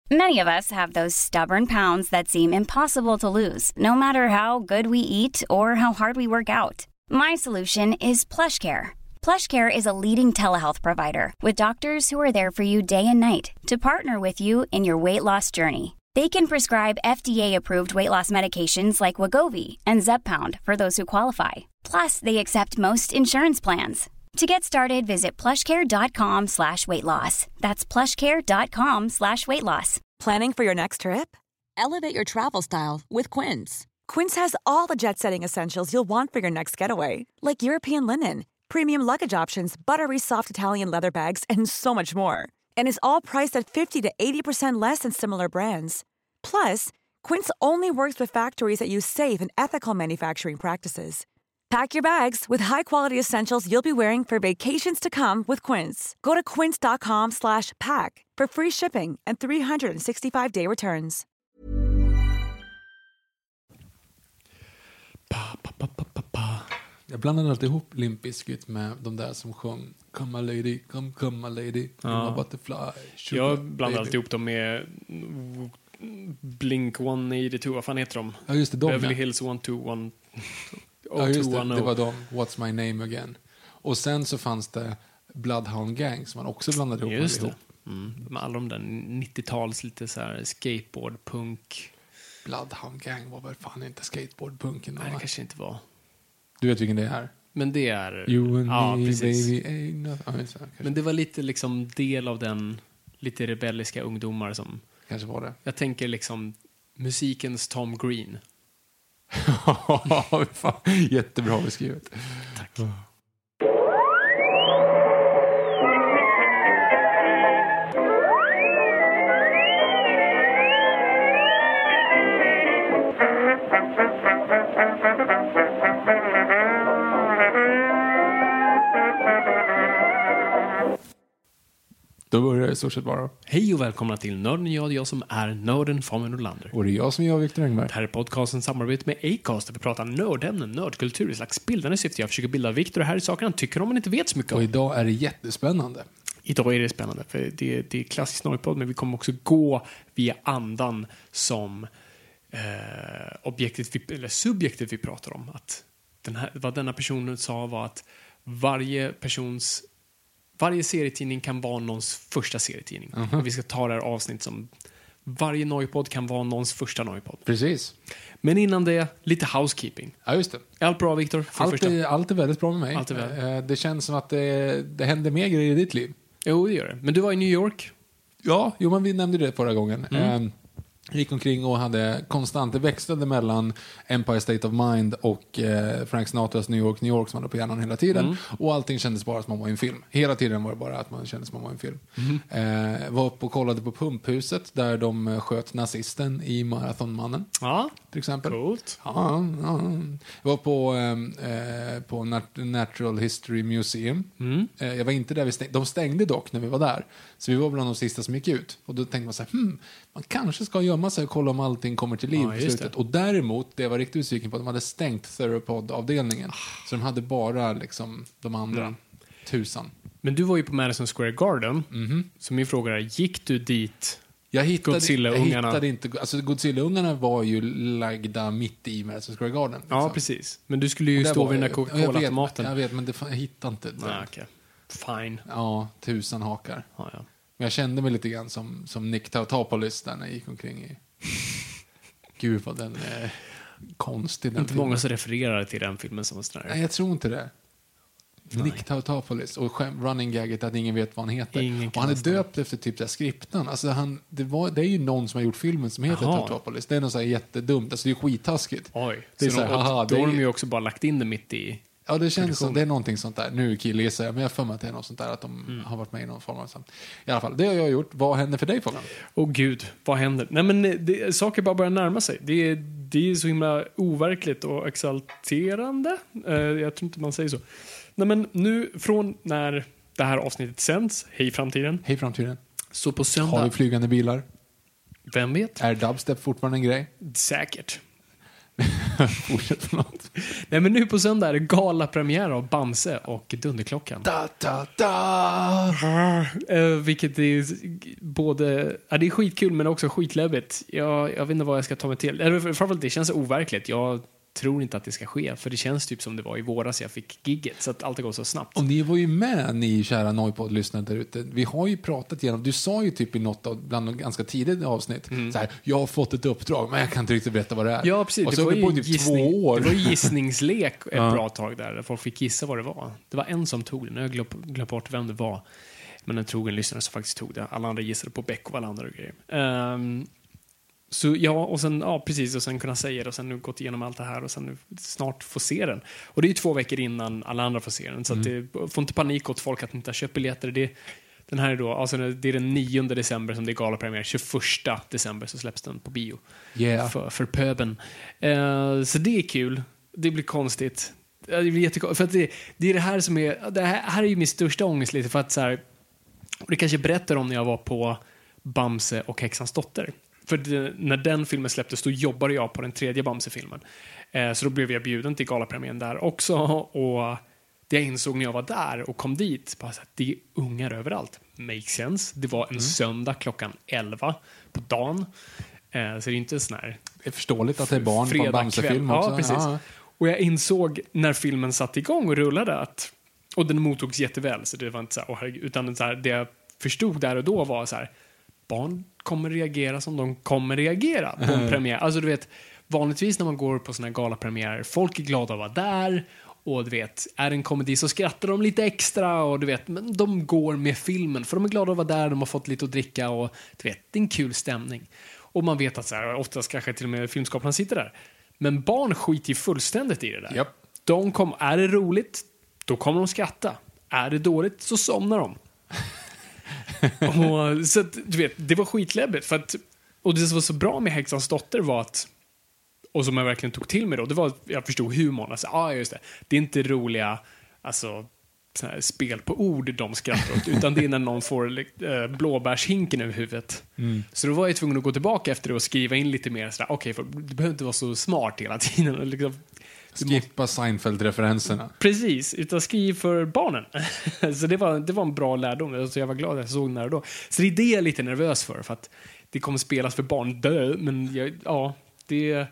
Many of us have those stubborn pounds that seem impossible to lose, no matter how good we eat or how hard we work out. My solution is PlushCare. PlushCare is a leading telehealth provider with doctors who are there for you day and night to partner with you in your weight loss journey. They can prescribe FDA-approved weight loss medications like Wegovy and Zepbound for those who qualify. Plus, they accept most insurance plans. To get started, visit plushcare.com/weightloss. That's plushcare.com/weightloss. Planning for your next trip? Elevate your travel style with Quince. Quince has all the jet-setting essentials you'll want for your next getaway, like European linen, premium luggage options, buttery soft Italian leather bags, and so much more. And is all priced at 50 to 80% less than similar brands. Plus, Quince only works with factories that use safe and ethical manufacturing practices. Pack your bags with high-quality essentials you'll be wearing for vacations to come with Quince. Go to quince.com/pack for free shipping and 365-day returns. Jag blandade alltid ihop Limp Bizkit med de där som sjöng Come a lady, come a lady, come a butterfly. Jag blandade alltid ihop dem med Blink 182, vad fan heter de? Ja, just det, Beverly Hills 121. Ja, just det var de, What's My Name Again. Och sen så fanns det Bloodhound Gang som man också blandade ihop. Just det. Med alla de där 90-tals lite så här skateboard, punk. Bloodhound Gang var väl fan inte skateboard, punken. Nej, det kanske inte var. Du vet vilken det är? Men det är... You and me, precis. baby, men det var lite liksom del av den lite rebelliska ungdomar som... Kanske var det. Jag tänker liksom musikens Tom Green. Fan, jättebra beskrivet. Tack. Då börjar det så sett bara. Hej och välkomna till Nörden jag som är nörden Fabian Nordlander. Och det är jag som är Viktor Engberg. Det här är podcasten samarbete med Acast där vi pratar nördämnen, nördkultur i slags bildande syfte. Jag försöker bilda Viktor här i saker han tycker om men inte vet så mycket om. Och idag är det jättespännande. Idag är det spännande för det är klassisk nördpodd, men vi kommer också gå via andan som objektet eller subjektet vi pratar om. Att vad denna personen sa var att varje serietidning kan vara någons första serietidning. Och vi ska ta det här avsnitt som varje nojpodd kan vara någons första nojpodd. Precis. Men innan det, lite housekeeping. Ja, just det. Allt bra, Viktor? Allt är väldigt bra med mig. Det känns som att det händer mer grejer i ditt liv. Jo, det gör det. Men du var i New York? Ja, men vi nämnde det förra gången. Gick omkring och hade konstant, det växlade mellan Empire State of Mind och Frank Sinatras New York som hade på hjärnan hela tiden. Och allting kändes bara som man var i en film. Hela tiden var det bara att man kände som man var i en film. Var upp och kollade på Pumphuset där de sköt nazisten i Marathonmannen. Ja, till exempel. Coolt. Ja. Jag var på Natural History Museum. Jag var inte där, de stängde dock när vi var där. Så vi var bland de sista som gick ut. Och då tänkte man så här, man kanske ska gömma sig och kolla om allting kommer till liv på slutet. Och däremot, det jag var riktigt utsiken på, de hade stängt Theropod-avdelningen. Så de hade bara liksom de andra. Tusan. Men du var ju på Madison Square Garden. Så min fråga är, gick du dit? Jag Godzilla-ungarna. hittade inte, alltså Godzilla-ungarna var ju lagda mitt i Madison Square Garden. Liksom. Ja, precis. Men du skulle ju stå vid den där Coca-Cola-automaten. Jag vet, men jag hittade inte. Nej, okej. Fine. Ja, 1000 hakar. Ja. Men jag kände mig lite grann som Nick Tautopoulos där när jag gick omkring i... Gud vad den är konstig. Den inte filmen. Många som refererar till den filmen som sån här. Nej, jag tror inte det. Nej. Nick Tautopoulos och running gaget att ingen vet vad han heter. Och han är döpt efter typ där skriptan. Alltså det är ju någon som har gjort filmen som heter Tautopoulos. Det är något så här jättedumt. Alltså det är skitaskigt. Oj. Det är så här, då har de ju också bara lagt in det mitt i. Ja, det känns som det är någonting sånt där. Nu killgissar jag, men jag får mig att det är något sånt där att de har varit med i någon form av sånt. I alla fall, det har jag gjort. Vad händer för dig, Fabian? Gud, vad händer? Nej, men saker bara börjar närma sig. Det är så himla overkligt och exalterande. Jag tror inte man säger så. Nej, men nu från när det här avsnittet sänds, hej framtiden. Hej framtiden. Så på söndag. Har vi flygande bilar? Vem vet? Är dubstep fortfarande en grej? Säkert. Fortsätt för något. Nej, men nu på söndag är det galapremiär av Bamse och Dunderklockan. Vilket är både... Ja, det är skitkul men också skitläbbigt. Jag vet inte vad jag ska ta mig till. Framförallt det känns overkligt. Jag tror inte att det ska ske. För det känns typ som det var i våras jag fick gigget. Så att allt går så snabbt. Och ni var ju med, ni kära Noipod-lyssnare där ute. Vi har ju pratat igenom. Du sa ju typ i något av, bland de ganska tidigt avsnitt. Så här, jag har fått ett uppdrag, men jag kan inte riktigt berätta vad det är. Ja, precis. Och så det var vi på typ 2 år. Det var ju gissningslek ett bra tag där folk fick gissa vad det var. Det var en som tog det. Nu har jag glömt bort vem det var. Men en trogen lyssnare som faktiskt tog det. Alla andra gissade på Beck och alla andra grejer. Så ja, och sen, ja precis, och sen kunna säga det och sen nu gått igenom allt det här och sen nu snart få se den. Och det är ju 2 veckor innan alla andra får se den. Så att det får inte panik åt folk att inte ha köpt biljetter. Den här är då, alltså det är den 9 december som det är galapremiär. 21 december så släpps den på bio. Yeah. För pöben. Så det är kul. Det blir konstigt. Det blir jättekonstigt. För att det är det här som är, det här är ju min största ångest lite för att så här, och det kanske jag berättar om när jag var på Bamse och Häxans dotter. För när den filmen släpptes då jobbade jag på den 3:e Bamse-filmen. Så då blev jag bjuden till galapremiären där också. Och det jag insåg när jag var där och kom dit, bara så att det är ungar överallt. Makes sense. Det var en söndag klockan 11 på dagen. Så det är inte sån här... Det är förståeligt att det är barn på en Bamse-film också. Ja, precis. Ja. Och jag insåg när filmen satt igång och rullade att... Och den mottogs jätteväl, så det var inte så här, herregud, utan så här, det jag förstod där och då var så här... Barn kommer reagera som de kommer reagera på en premiär. Alltså du vet, vanligtvis när man går på såna här galapremiärer, folk är glada att vara där och du vet, är det en komedi så skrattar de lite extra och du vet, men de går med filmen för de är glada att vara där, de har fått lite att dricka och du vet, det är en kul stämning. Och man vet att så här, oftast kanske till och med filmskaparna sitter där. Men barn skiter ju fullständigt i det där. Yep. Är det roligt, då kommer de skratta. Är det dåligt så somnar de. Och, så att, du vet, det var skitläbbigt för att, och det som var så bra med Häxans dotter var att, och som jag verkligen tog till mig då, det var att jag förstod humorn, alltså, just det är inte roliga alltså, så här, spel på ord de skrattar åt, utan det är när någon får blåbärshinken över huvudet. Så då var jag tvungen att gå tillbaka efter det och skriva in lite mer sådär, okej, för du behöver inte vara så smart hela tiden liksom. Skippa Seinfeld-referenserna. Precis, utan skriv för barnen. Så det var en bra lärdom. Så jag var glad att jag såg den här då. Så det är det jag är lite nervös för att det kommer spelas för barn men det...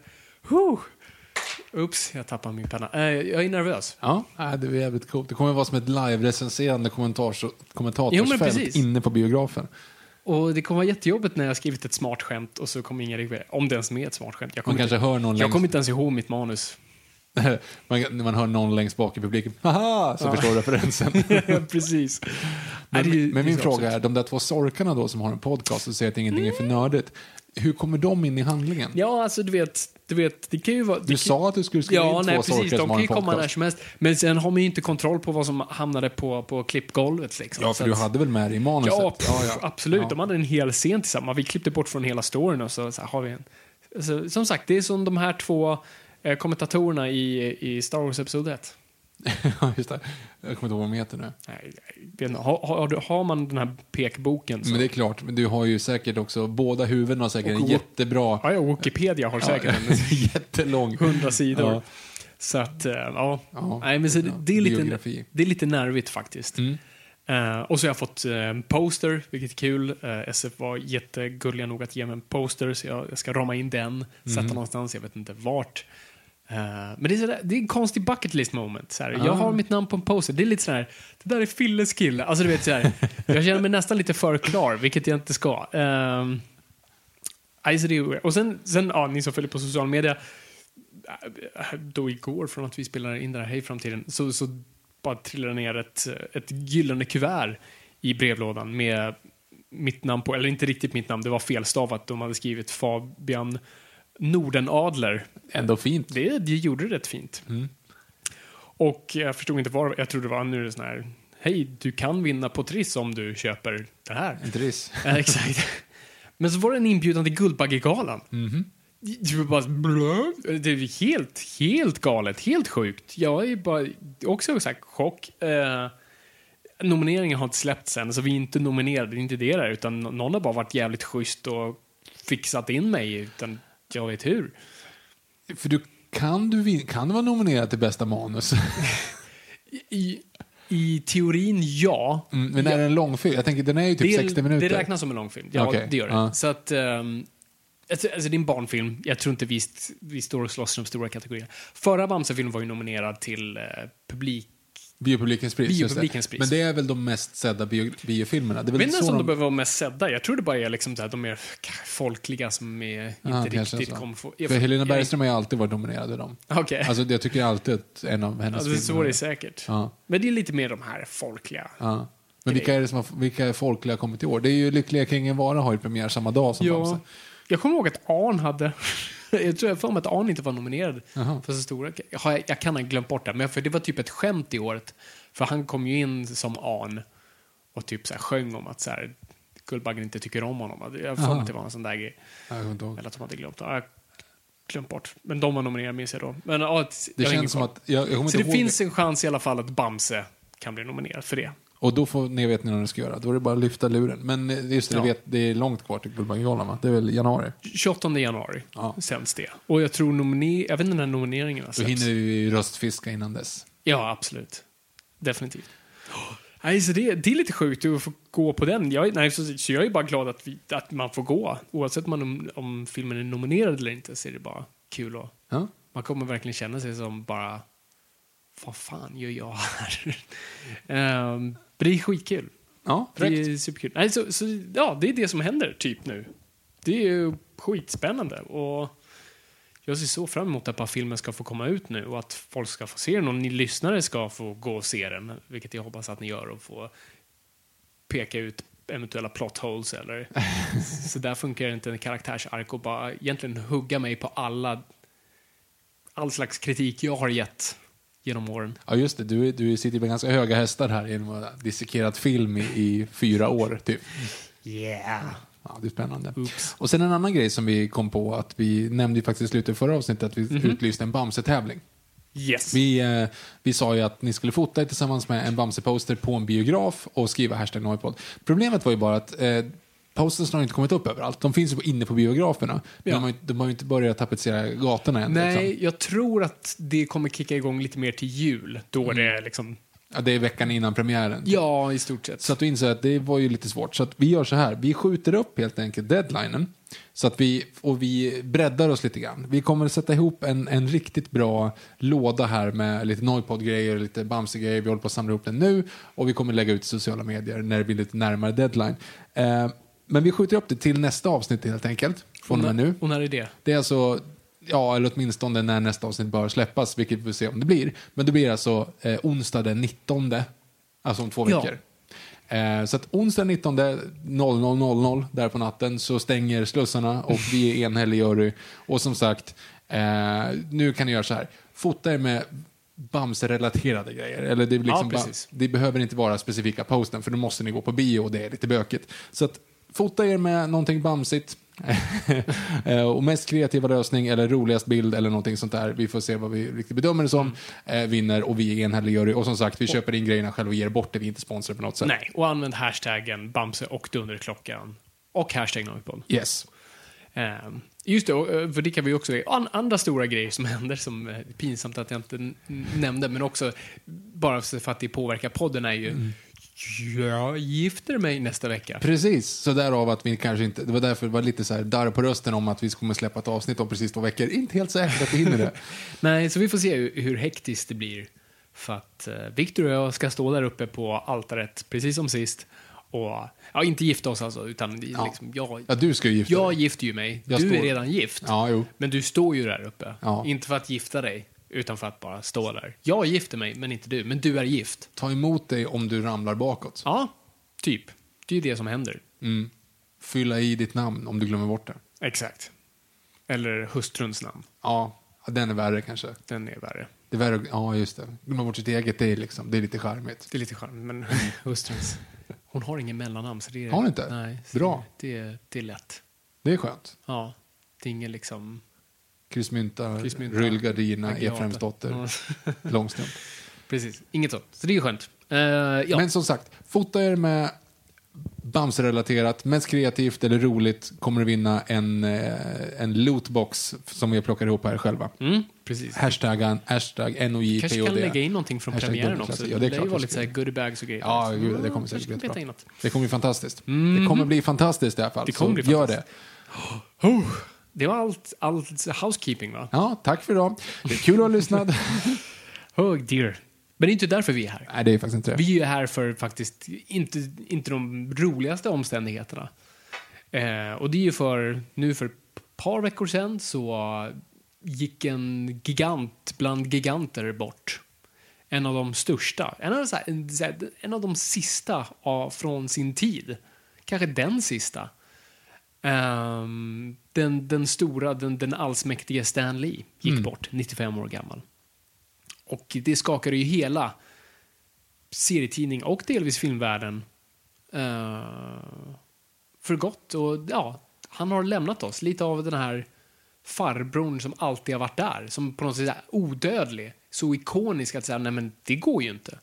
Oops, jag tappade min penna. Jag är nervös. Ja, det är jävligt coolt. Det kommer vara som ett live-recenserande kommentatorsfält inne på biografen. Och det kommer vara jättejobbigt när jag skrivit ett smart skämt och så kommer ingen reagera. Om det ens med ett smart skämt. Jag kommer inte ens ihåg mitt manus. När man hör någon längst bak i publiken, haha, så förstår referensen. Precis. Men min fråga är, de där 2 sorkarna då som har en podcast och säger att ingenting är för nördigt, hur kommer de in i handlingen? Ja, alltså du vet det kan ju vara... Du sa att du skulle skriva in 2 sorkar som har en podcast. De kan ju komma när som helst. Men sen har man ju inte kontroll på vad som hamnade på klippgolvet. Liksom. Ja, för du hade väl med det i manuset? Ja, absolut. Ja. De hade en hel scen tillsammans. Vi klippte bort från hela storyn och så här har vi en... Alltså, som sagt, det är som de här 2 kommentatorerna i Star Wars Episode 1. Ja, just det. Jag kommer inte ihåg vad de heter nu. Nej, har man den här pekboken så... Men det är klart, men du har ju säkert också, båda huvuden har säkert en jättebra... Ja, Wikipedia har säkert en jättelång 100 sidor. Ja. Så att, Nej, men så det är lite nervigt faktiskt. Och så har jag fått poster, vilket är kul. SF var jättegulliga nog att ge mig en poster, så jag ska rama in den, sätta någonstans, jag vet inte vart. Men det är en konstig bucket list moment. Så här. Jag har mitt namn på en poster. Det är lite så här, det där är Filles kille. Alltså du vet så här, jag känner mig nästan lite för klar, vilket jag inte ska. Alltså det är, och sen ni som följer på social media, då igår från att vi spelar in det här Hej Framtiden, så bara trillade ner ett gyllene kuvert i brevlådan med mitt namn på, eller inte riktigt mitt namn, det var felstavat. De hade skrivit Fabian Nordenadler. Ändå fint. Det gjorde det rätt fint. Och jag förstod inte vad jag trodde det var. Nu är det sån här, hej, du kan vinna på Triss om du köper det här. En Triss. Exakt. Men så var det en inbjudan till Guldbaggegalan. Det var bara det är helt galet, helt sjukt. Jag är bara också så här chock. Nomineringen har inte släppts än, så vi är inte nominerade, det är inte det där, utan någon har bara varit jävligt schysst och fixat in mig utan jag vet hur. För du Kan du vara nominerad till bästa manus? I teorin, ja. Men är det en långfilm? Jag tänker, den är ju typ 60 minuter. Det räknas som en långfilm. Ja, Okay. det gör det. Så att... Alltså, det är en barnfilm. Jag tror inte vi står och slåss i de stora kategorierna. Förra Bamse-filmen var ju nominerad till Biopublikens pris. Men det är väl de mest sedda biofilmerna? Det är väl jag vet inte om de behöver vara mest sedda. Jag tror det bara är liksom de mer folkliga som är inte riktigt kommer få... För Helena Bergström har ju alltid varit nominerad i dem. Okay. Alltså, jag tycker alltid att en av hennes filmer... Så är det säkert. Ja. Men det är lite mer de här folkliga... Ja. Men vilka är folkliga kommit i år? Det är ju Lyckliga Kingen Vara har ju premiär samma dag som Bamse. Jag kommer ihåg att Arn hade... jag tror för mig att Arn inte var nominerad för så stora. Jag kan ha glömt bort det, men för det var typ ett skämt i året. För han kom ju in som Arn och typ så här sjöng om att så här, Guldbaggen inte tycker om honom. Jag får mig att det var en sån där grej. Eller att de hade glömt. Jag glömt bort. Men de var nominerade, minns jag då. Men, det känns som att... Så det finns en chans i alla fall att Bamse kan bli nominerad för det. Och då får ni vet när det ska göra. Då är det bara att lyfta luren. Men just det, det är långt kvar till Guldbaggegalan, va? Det är väl januari? 28 januari sänds det. Och jag tror jag vet inte när nomineringen har släpps. Då hinner vi röstfiska innan dess. Ja, absolut. Definitivt. Nej, så det är lite sjukt att få gå på den. Så jag är bara glad att man får gå. Oavsett om filmen är nominerad eller inte, så är det bara kul. Man kommer verkligen känna sig som bara... Vad fan gör jag här? Det är skitkul. Ja, det är superkul. Nej, det är det som händer typ nu. Det är ju skitspännande. Och jag ser så fram emot att filmen ska få komma ut nu och att folk ska få se den och ni lyssnare ska få gå och se den, vilket jag hoppas att ni gör, och få peka ut eventuella plot holes eller så där funkar inte en karaktärsark och bara egentligen hugga mig på all slags kritik jag har gett genom åren. Ja, just det. Du sitter med ganska höga hästar här genom att ha dissekerat film i 4 år, typ. Yeah. Ja, det är spännande. Oops. Och sen en annan grej som vi kom på, att vi nämnde ju faktiskt i slutet av förra avsnittet att vi utlyste en Bamse-tävling. Yes. Vi sa ju att ni skulle fota tillsammans med en Bamse-poster på en biograf och skriva #Noipod. Problemet var ju bara att posters har inte kommit upp överallt. De finns ju inne på biograferna. Ja. De har ju inte börjat tapetsera gatorna än. Nej, liksom. Jag tror att det kommer kicka igång lite mer till jul. Då det är liksom... Ja, det är veckan innan premiären. Ja, i stort sett. Så att du inser att det var ju lite svårt. Så att vi gör så här. Vi skjuter upp helt enkelt deadlinen. Så att vi breddar oss lite grann. Vi kommer att sätta ihop en riktigt bra låda här med lite Noipod-grejer, lite Bamse-grejer. Vi håller på att samla ihop den nu. Och vi kommer lägga ut i sociala medier när det blir lite närmare deadline. Men vi skjuter upp det till nästa avsnitt helt enkelt. Från och med nu. Och när är det? Det är alltså... Ja, eller åtminstone när nästa avsnitt bör släppas, vilket vi får se om det blir. Men det blir alltså onsdag den 19, alltså om 2 veckor. Så att onsdag 19 00:00 där på natten så stänger slussarna och vi är enhällig jury. Och som sagt, nu kan ni göra så här. Fota er med Bamse-relaterade grejer. Eller det, är liksom det behöver inte vara specifika posten, för då måste ni gå på bio och det är lite bökigt. Så att fota er med någonting bamsigt. Och mest kreativa lösning eller roligast bild eller någonting sånt där. Vi får se vad vi riktigt bedömer det som. Vinner och vi är enhällig jury. Och som sagt, vi köper in grejerna själva och ger bort det. Vi är inte sponsrar på något sätt. Nej, och använd hashtaggen Bamse och Dunderklockan. Och hashtag Noipod. Yes. Just det, för det kan vi också... Andra stora grejer som händer som är pinsamt att jag inte nämnde, men också bara för att det påverkar podden är ju... Jag gifter mig nästa vecka. Precis, så därav att vi kanske inte... Det var därför det var lite så här darr på rösten om att vi kommer släppa ett avsnitt om precis 2 veckor. Inte helt säkert att vi hinner det. Nej, så vi får se hur hektiskt det blir. För att Victor och jag ska stå där uppe på altaret precis som sist. Och inte gifta oss alltså, utan liksom, du ska ju gifta dig. Jag gifter ju mig. Du är redan gift. Ja, jo. Men du står ju där uppe. Ja. Inte för att gifta dig, utan för att bara stå där. Jag gifter mig, men inte du. Men du är gift. Ta emot dig om du ramlar bakåt. Ja, typ. Det är ju det som händer. Fylla i ditt namn om du glömmer bort det. Exakt. Eller hustruns namn. Ja, den är värre kanske. Den är värre. Det är värre, ja just det. Glömma bort sitt eget, det är lite charmigt. Det är lite charmigt, men hustruns... Hon har ingen mellannamn. Så det är, har hon inte? Nej. Bra. Det är lätt. Det är skönt. Ja, det är ingen liksom... Kryssmynta, rullgardina, Efraimsdotter, Långstrump. Precis, inget sånt. Så det är skönt. Men som sagt, fota er med Bamse-relaterat, mest kreativt eller roligt kommer att vinna en lootbox som vi plockar ihop här själva. Precis. Hashtag NOJPOD. Kanske kan lägga in någonting från premiären också. Ja, det är klart. Det var lite så här goodiebags och grejer. Ja, gud, det kommer säkert bli bra. In något. Det kommer bli fantastiskt. Det kommer bli fantastiskt i alla fall. Det kommer bli gör det. Det var allt housekeeping, va? Ja, tack för idag. Det är kul att ha lyssnat. Oh dear. Men det är inte därför vi är här. Nej, det är faktiskt inte det. Vi är här för faktiskt inte de roligaste omständigheterna. Och det är ju för ett par veckor sedan så gick en gigant bland giganter bort. En av de största. En av de sista från sin tid. Kanske den sista. Den stora, den allsmäktige Stan Lee gick bort, 95 år gammal. Och det skakade ju hela serietidning och delvis filmvärlden för gott. Och ja, han har lämnat oss. Lite av den här farbrorn som alltid har varit där. Som på något sätt är odödlig. Så ikonisk att säga, nej men det går ju inte.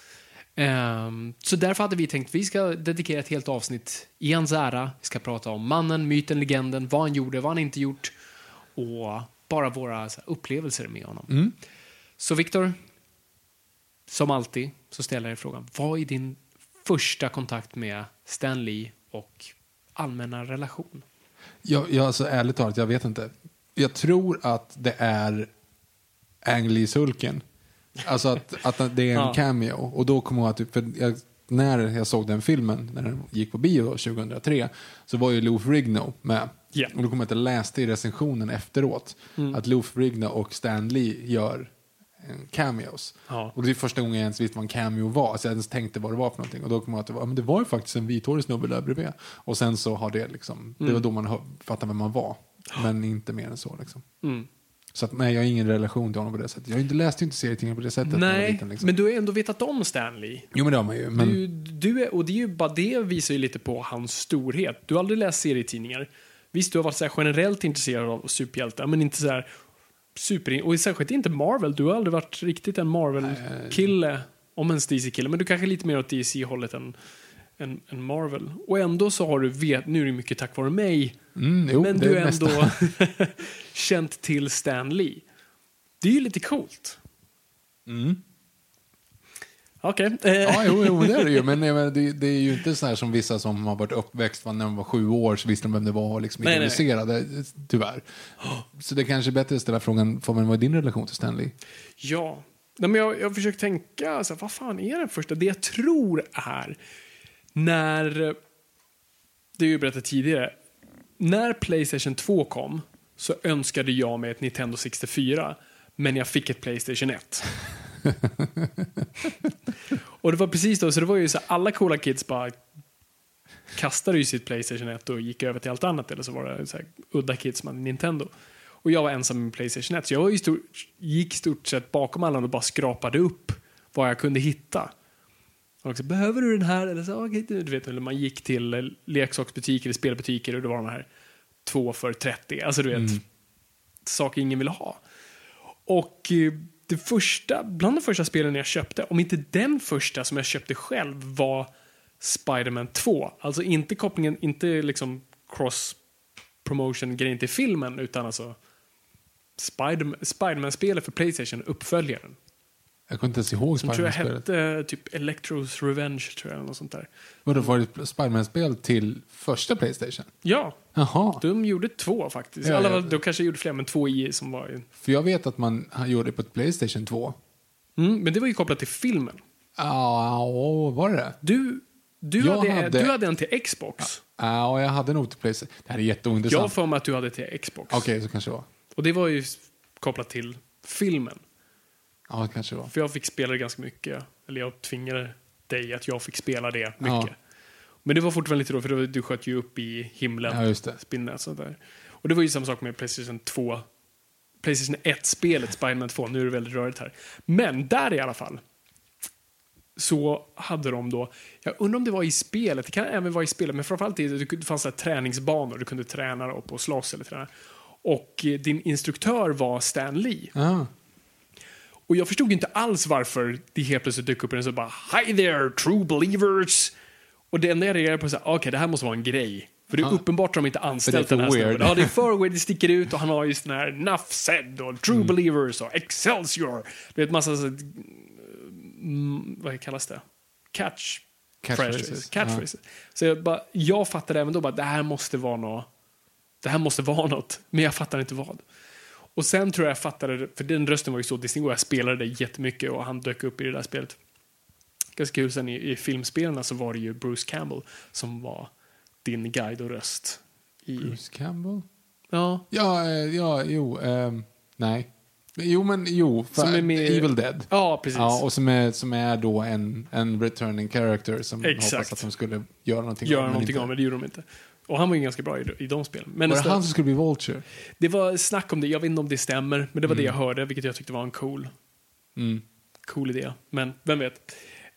Så därför hade vi tänkt att vi ska dedikera ett helt avsnitt i hans ära. Vi ska prata om mannen, myten, legenden, vad han gjorde, vad han inte gjort. Och bara våra upplevelser med honom. Så Victor, som alltid så ställer jag frågan, vad är din första kontakt med Stan Lee och allmänna relation? Jag alltså ärligt talat, jag vet inte. Jag tror att det är Ang Lee-sulken. Alltså att det är en cameo. Och då kommer jag att, när jag såg den filmen, när den gick på bio 2003, så var ju Lou Ferrigno med. Yeah. Och då kommer jag att läste i recensionen efteråt att Lou Ferrigno och Stan Lee gör cameos. Ja. Och det är första gången jag ens visste vad en cameo var. Så jag ens tänkte vad det var för någonting. Och då kom jag att men det var ju faktiskt en vithårig snubbe där bredvid. Och sen så har det liksom, det var då man fattade vem man var. Men inte mer än så liksom. Så att nej, jag har ingen relation till honom på det sättet. Jag har inte läst inte serietidningar på det sättet. Nej, liten, liksom. Men du har ändå vetat om Stan Lee. Jo, men det har man ju. Men... Och det är ju bara det visar ju lite på hans storhet. Du har aldrig läst serietidningar. Visst, du har varit så här generellt intresserad av superhjältar, men inte så här och särskilt inte Marvel. Du har aldrig varit riktigt en Marvel-kille, om en DC-kille. Men du kanske är lite mer åt DC-hållet än Marvel. Och ändå så har du nu är det mycket tack vare mig. Men du har ändå känt till Stan Lee. Det är ju lite coolt. Okej. Ja, jo, det är det ju. Men det är ju inte så här som vissa som har varit uppväxt när de var 7 år så visste de vem det var och liksom idoliserade, tyvärr. Så det kanske är bättre att ställa frågan, vad är din relation till Stan Lee? Ja. Nej, men jag försöker tänka, alltså, vad fan är det första? Det jag tror är när, det är ju berättat tidigare, när PlayStation 2 kom så önskade jag mig ett Nintendo 64, men jag fick ett PlayStation 1. Och det var precis då, så det var ju så alla coola kids bara kastade ju sitt PlayStation 1 och gick över till allt annat, eller så var det så här udda kids som hade Nintendo. Och jag var ensam med PlayStation 1, så jag gick stort sett bakom alla och bara skrapade upp vad jag kunde hitta. Och så, behöver du den här? Eller så, okay, du vet, eller man gick till leksaksbutiker eller spelbutiker och det var de här 2 för 30. Alltså du vet, saker ingen vill ha. Och bland de första spelen jag köpte, om inte den första som jag köpte själv, var Spider-Man 2. Alltså inte kopplingen, inte liksom cross-promotion-grejen till filmen, utan alltså Spider-Man-spelet för PlayStation, uppföljaren. Jag kunde inte ens ihåg Spider-Man-spelet. Jag tror jag hette typ Electro's Revenge, tror jag, eller något sånt där. Och det var ett Spider-Man-spel till första PlayStation? Ja. Jaha. De gjorde 2 faktiskt. Ja. Då kanske gjorde fler, men 2 i som var... För jag vet att man gjorde det på ett PlayStation 2. Men det var ju kopplat till filmen. Ja, var det? Du hade en till Xbox. Ja, jag hade nog till PlayStation. Det här är jätteointressant. Jag får mig att du hade till Xbox. Okej, så kanske det var. Och det var ju kopplat till filmen. Ja, det kanske det var. För jag fick spela det ganska mycket. Eller jag tvingade dig att jag fick spela det mycket. Ja. Men det var fortfarande lite då, för du sköt ju upp i himlen. Ja, just det. Spinna, så där. Och det var ju samma sak med PlayStation 2. PlayStation 1-spelet, Spider-Man 2. Nu är det väldigt rörigt här. Men där i alla fall så hade de då, jag undrar om det var i spelet, det kan även vara i spelet, men framförallt det fanns det träningsbanor, du kunde träna upp och slåss eller träna. Och din instruktör var Stan Lee. Och jag förstod inte alls varför det helt plötsligt dök upp en så bara, hi there true believers. Och det enda jag reagerar på är så här, okej, det här måste vara en grej. För det är uppenbart att de inte anställt det är den här weird. snubben. Ja, det är för weird, det sticker ut och han har just den här Enough Said och True Believers och Excelsior. Det är ett massa vad kallas det? Catchphrases. Så jag fattade även då bara det här måste vara något. Men jag fattar inte vad. Och sen tror jag fattade, för den rösten var ju så distinkt och jag spelade det jättemycket och han dök upp i det där spelet. Ganska kul, sen i filmspelarna så var det ju Bruce Campbell som var din guide och röst. Bruce Campbell? Ja. Nej. Jo, för som är med Evil Dead. Ja, precis. Ja, och som är då en returning character som hoppas att de skulle göra någonting av, men det gjorde de inte. Och han var ju ganska bra i de spelen. Men var det han som skulle bli Vulture? Det var snack om det, jag vet inte om det stämmer, men det var det jag hörde, vilket jag tyckte var en cool idé. Men vem vet.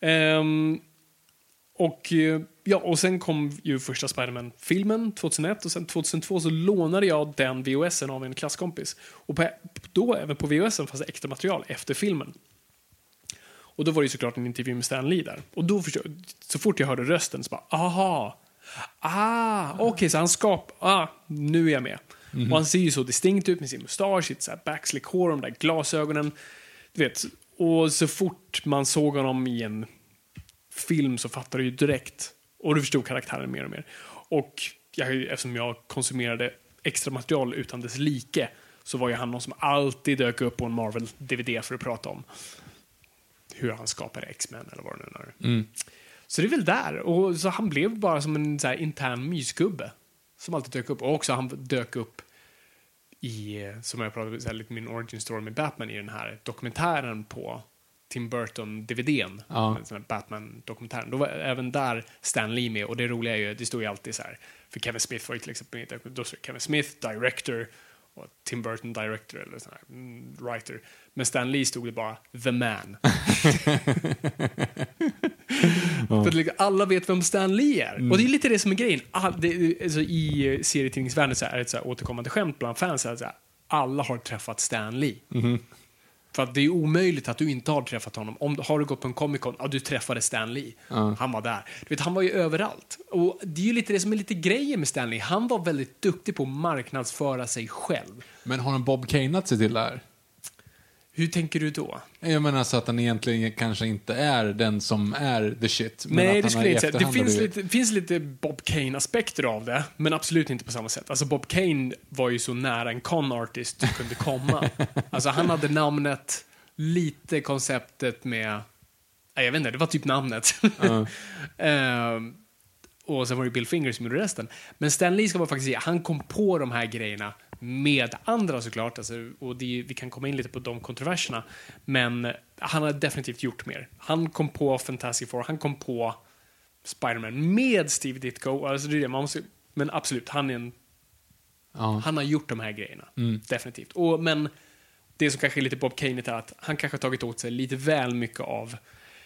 Och sen kom ju första Spider-Man-filmen 2001 och sen 2002 så lånade jag den VHSen av en klasskompis. Och då även på VHSen fanns det extra material efter filmen. Och då var det ju såklart en intervju med Stan Lee där. Och då så fort jag hörde rösten så bara, okej, så han nu är jag med. Och han ser ju så distinkt ut med sin mustasch, sitt så här backslick hår, de där glasögonen. Du vet, och så fort man såg honom i en film så fattar du ju direkt. Och du förstod karaktären mer och mer. Och eftersom jag konsumerade extra material utan dess like så var ju han någon som alltid dök upp på en Marvel-DVD för att prata om hur han skapade X-Men eller vad det nu är. Så det är väl där. Och så han blev bara som en så här intern mysgubbe som alltid dök upp. Och också han dök upp i, som jag pratade så här, lite min origin story med Batman i den här dokumentären på Tim Burton-DVDn. Batman-dokumentären. Då var även där Stan Lee med. Och det roliga är ju, det står ju alltid så här, för Kevin Smith var ju till exempel då står Kevin Smith, director, och Tim Burton, director eller så här, writer. Men Stan Lee stod det bara The Man. För alla vet vem Stan Lee är. Och det är lite det som är grejen. Alltså, i serietidningsvärlden så är det ett så här återkommande skämt bland fans. Så här, alla har träffat Stan Lee. För att det är omöjligt att du inte har träffat honom. Har du gått på en Comic-Con, du träffade Stan Lee. Han var där. Du vet, han var ju överallt. Och det är ju lite det som är lite grejer med Stan Lee. Han var väldigt duktig på att marknadsföra sig själv. Men har en Bob Kaneat sig till det här? Hur tänker du då? Jag menar så att han egentligen kanske inte är den som är the shit. Men nej, att det skulle jag inte säga. Det finns lite Bob Kane-aspekter av det, men absolut inte på samma sätt. Alltså Bob Kane var ju så nära en con-artist du kunde komma. Alltså han hade namnet, lite konceptet med... Jag vet inte, det var typ namnet. Och sen var det Bill Finger som gjorde resten. Men Stan Lee ska man faktiskt säga, han kom på de här grejerna med andra såklart, alltså, och vi kan komma in lite på de kontroverserna, men han har definitivt gjort mer. Han kom på Fantastic Four, han kom på Spider-Man med Steve Ditko, alltså det är det man måste, men absolut, han har gjort de här grejerna, definitivt. Men det som kanske är lite Bob Kane är att han kanske har tagit åt sig lite väl mycket av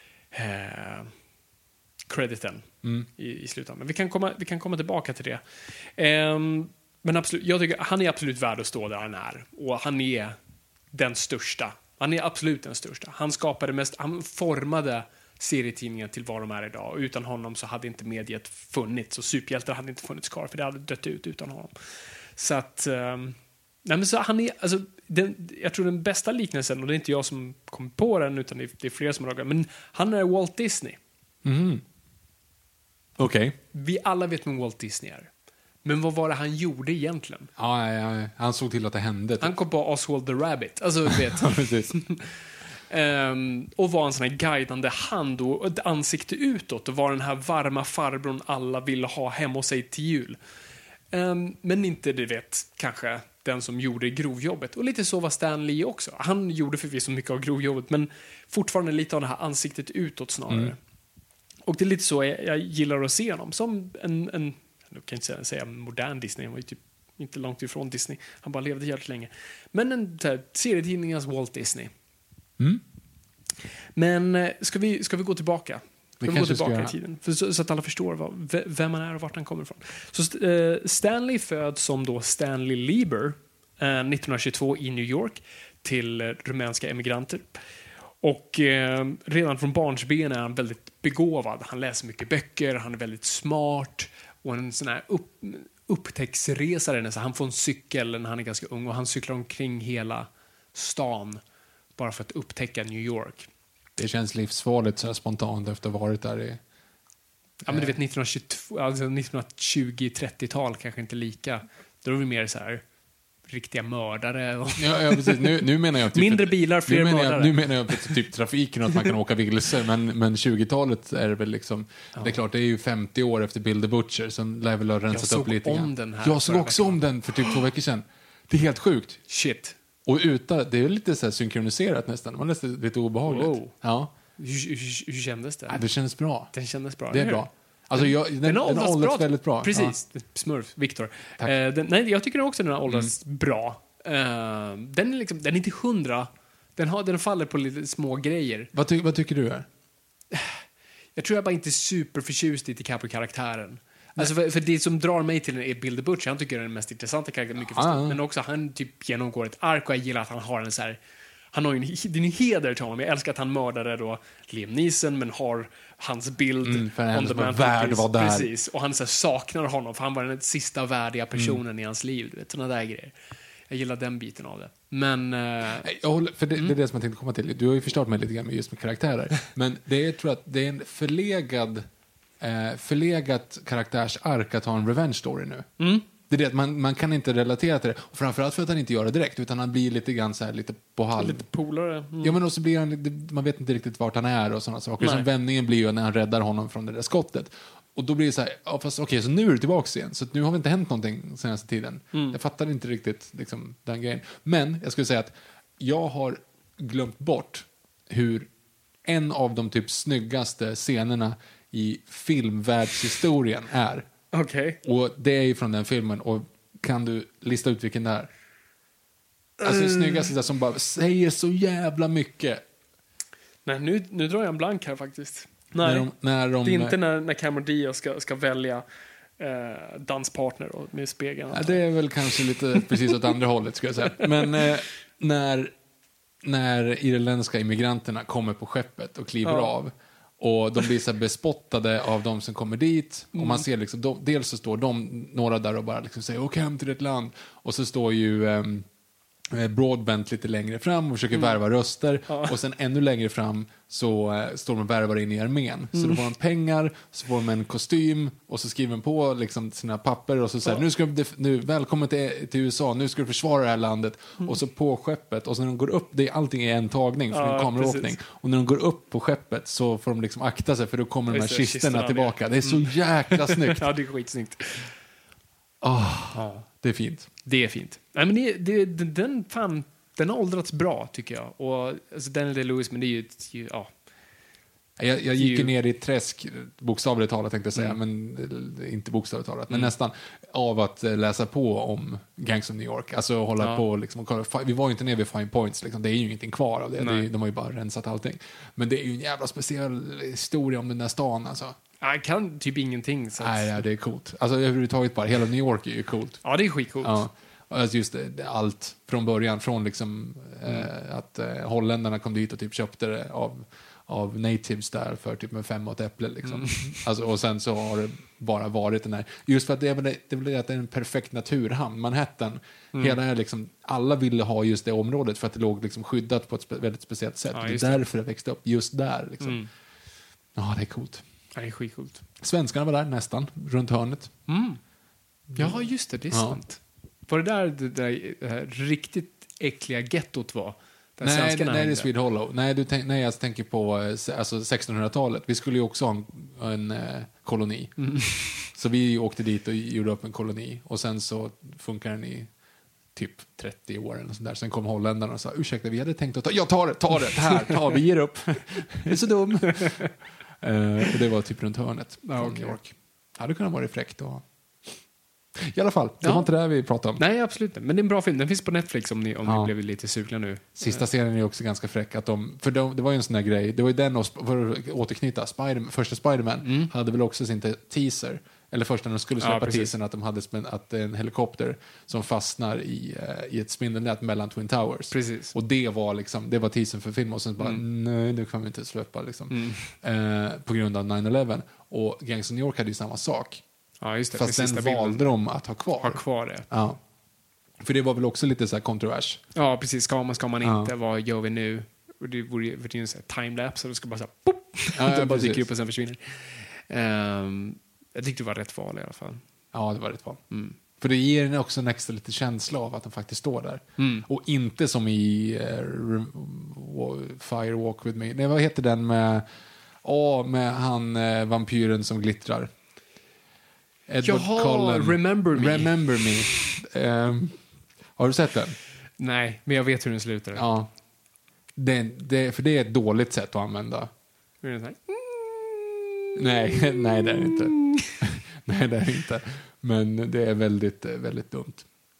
crediten i slutändan. Men vi kan komma tillbaka till det. Men absolut, jag tycker han är absolut värd att stå där han är. Och han är den största. Han är absolut den största. Han han formade serietidningen till vad de är idag. Och utan honom så hade inte mediet funnits. Och superhjältar hade inte funnits kvar, för det hade dött ut utan honom. Så att... nej, men så han är... Alltså, jag tror den bästa liknelsen, och det är inte jag som kom på den, utan det är flera som har dragit, men han är Walt Disney. Okej. Vi alla vet vem Walt Disney är. Men vad var det han gjorde egentligen? Ja, han såg till att det hände. Typ. Han kom på Oswald the Rabbit. Alltså, vet. Och var en sån här guidande hand och ett ansikte utåt. Och var den här varma farbrorn alla ville ha hemma hos sig till jul. Men inte, du vet, kanske den som gjorde grovjobbet. Och lite så var Stan Lee också. Han gjorde förvisso mycket av grovjobbet, men fortfarande lite av det här ansiktet utåt snarare. Och det är lite så jag gillar att se honom. Som en jag kan inte säga modern Disney, han var ju typ inte långt ifrån Disney. Han bara levde helt länge. Men en serietidningens Walt Disney. Men ska vi gå tillbaka? Ska vi gå tillbaka i tiden? Så att alla förstår vem man är och vart han kommer ifrån. Så Stanley föds som då Stanley Lieber 1922 i New York till rumänska emigranter. Och redan från barnsben är han väldigt begåvad. Han läser mycket böcker, han är väldigt smart och en sån här upptäcktsresare. Så han får en cykel när han är ganska ung och han cyklar omkring hela stan bara för att upptäcka New York. Det känns livsfarligt så här spontant efter att ha varit där i... Ja, men du vet 1922, alltså 1920-30-tal kanske inte lika. Då är vi mer så här riktiga mördare. Och Ja, precis. Nu menar jag typ mindre bilar, fler mördare. Nu menar jag typ trafiken och att man kan åka vilse. Men 20-talet är det väl liksom... Ja. Det är klart, det är ju 50 år efter Bill the Butcher som lär väl ha rensat upp lite grann. Jag såg också om den för typ 2 veckor sedan. Det är helt sjukt. Shit. Och det är lite så här synkroniserat nästan. Det var nästan lite obehagligt. Wow. Ja. Hur kändes det? Ja, det kändes bra. Den kändes bra. Det är bra. Alltså den har åldrats väldigt bra. Precis. Ja. Smurf, Victor. Nej, jag tycker också den har åldrats bra. Den är liksom, den är inte 100. Den faller på lite små grejer. Vad tycker du är? Jag tror jag bara inte är superförtjust i DiCaprio-karaktären. Alltså för det som drar mig till den är Bill the Butcher. Han tycker jag är den mest intressanta karaktären. Mycket men också han typ genomgår ett ark och jag gillar att han har en så här... Han har ju en heder till honom. Jag älskar att han mördade då Liam Neeson men har hans bild för on the mantelpiece. Precis. Och han så här, saknar honom för han var den sista värdiga personen i hans liv. Du vet, såna där grejer. Jag gillar den biten av det. Men... Jag håller, för det är det som jag tänkte komma till. Du har ju förstått mig lite grann med just med karaktärer. Men jag tror att det är en förlegat karaktärsark att ha en revenge story nu. Det är det att man kan inte relatera till det. Och framförallt för att han inte gör det direkt utan han blir lite grann så här lite på halv. Lite polare. Ja, men också blir han, man vet inte riktigt vart han är och sådana saker. Som vändningen blir ju när han räddar honom från det där skottet. Och då blir det så här, ja, fast okej, så nu är det tillbaka igen. Så nu har vi inte hänt någonting senaste tiden. Jag fattar inte riktigt liksom, den grejen. Men jag skulle säga att jag har glömt bort hur en av de typ snyggaste scenerna i filmvärldshistorien är. Okej. Och det är ju från den filmen. Och kan du lista ut vilken det är? Alltså det snyggaste där som bara säger så jävla mycket. Nej, nu drar jag en blank här faktiskt. Nej, när de, det är inte när Cameron Diaz ska välja danspartner och med spegeln. Ja, det är väl kanske lite precis åt andra hållet ska jag säga. Men när irländska immigranterna kommer på skeppet och kliver av och de blir så bespottade av de som kommer dit och man ser liksom, dels så står några där och bara liksom säger åk hem till ett land och så står ju Broadbent lite längre fram och försöker värva röster och sen ännu längre fram så står de och värvar in i armén så då får de pengar, så får de en kostym och så skriver de på liksom sina papper och så säger nu välkommen till USA, nu ska du försvara det här landet och så på skeppet och så när de går upp, allting är en tagning för en kameraåkning och när de går upp på skeppet så får de liksom akta sig för då kommer de här kisterna tillbaka. Det är så jäkla snyggt. Ja, det är skitsnyggt. Det är fint. Det är fint. Nej, men den har åldrats bra tycker jag. Och alltså Daniel Day-Lewis, men det är ju Jag gick ju ner i ett träsk, bokstavligt talat tänkte jag säga, men inte bokstavligt talat, men nästan av att läsa på om Gangs of New York. Alltså hålla på liksom, och kolla, vi var ju inte nere vid Fine Points, liksom, det är ju ingenting kvar av det. De har ju bara rensat allting. Men det är ju en jävla speciell historia om den där stan alltså. Jag kan typ ingenting. Så Nej, det är coolt. Alltså överhuvudtaget bara, hela New York är ju coolt. Ja, det är skitcoolt. Ja. Alltså just allt från början, från liksom att holländarna kom dit och typ köpte det av natives där för typ med 5 åt äpple liksom. Alltså, och sen så har det bara varit den här, just för att det är en perfekt naturhamn, Manhattan. Hela är liksom, alla ville ha just det området för att det låg liksom skyddat på ett väldigt speciellt sätt. Det är därför det växte upp just där liksom. Ja, det är coolt. Ja, det är skitcoolt. Svenskarna var där nästan, runt hörnet. Ja, just det, det är sant. Var det där riktigt äckliga gettot var? Nej, det är Swede Hollow. Nej, jag tänker på alltså 1600-talet. Vi skulle ju också ha en koloni. Så vi åkte dit och gjorde upp en koloni. Och sen så funkar den i typ 30 år eller sånt där. Sen kom holländarna och sa, ursäkta, vi hade tänkt att ta det, vi ger upp. Det är så dum. Och det var typ runt hörnet från New York. Hade kunnat vara fräckt och... I alla fall, det var inte det vi pratade om. Nej, absolut inte. Men det är en bra film. Den finns på Netflix om ni blev lite sugna nu. Sista scenen är också ganska fräck. Att det var ju en sån här grej. Det var ju den, för att återknyta, första Spider-Man hade väl också sin teaser Eller först när de skulle släppa precis. teasern att de hade att en helikopter som fastnar i ett spindelnät mellan Twin Towers. Precis. Och det var liksom, det var teasern för film och sen bara, nej, det kan vi inte släppa liksom. På grund av 9/11. Och Gangs of New York hade ju samma sak. Ja, just det. Fast sen valde de att ha kvar. Ha kvar det. Ja. För det var väl också lite så här kontrovers. Ja, precis. Ska man inte? Vad gör vi nu? Och det vore ju en timelapse och det ska bara så här, pop! Ja, det bara precis. dyker upp och sen försvinner. Jag tyckte det var rätt val i alla fall. Ja, det var rätt val. För det ger en också en extra lite känsla av att de faktiskt står där. Och inte som i Fire Walk With Me. Nej, vad heter den med han vampyren som glittrar? Edward Cullen. Remember Me. Remember Me. Har du sett den? Nej, men jag vet hur den slutar. Ja. För det är ett dåligt sätt att använda. Hur är den så här? Nej, det är det inte. Nej, det är det inte. Men det är väldigt, väldigt dumt.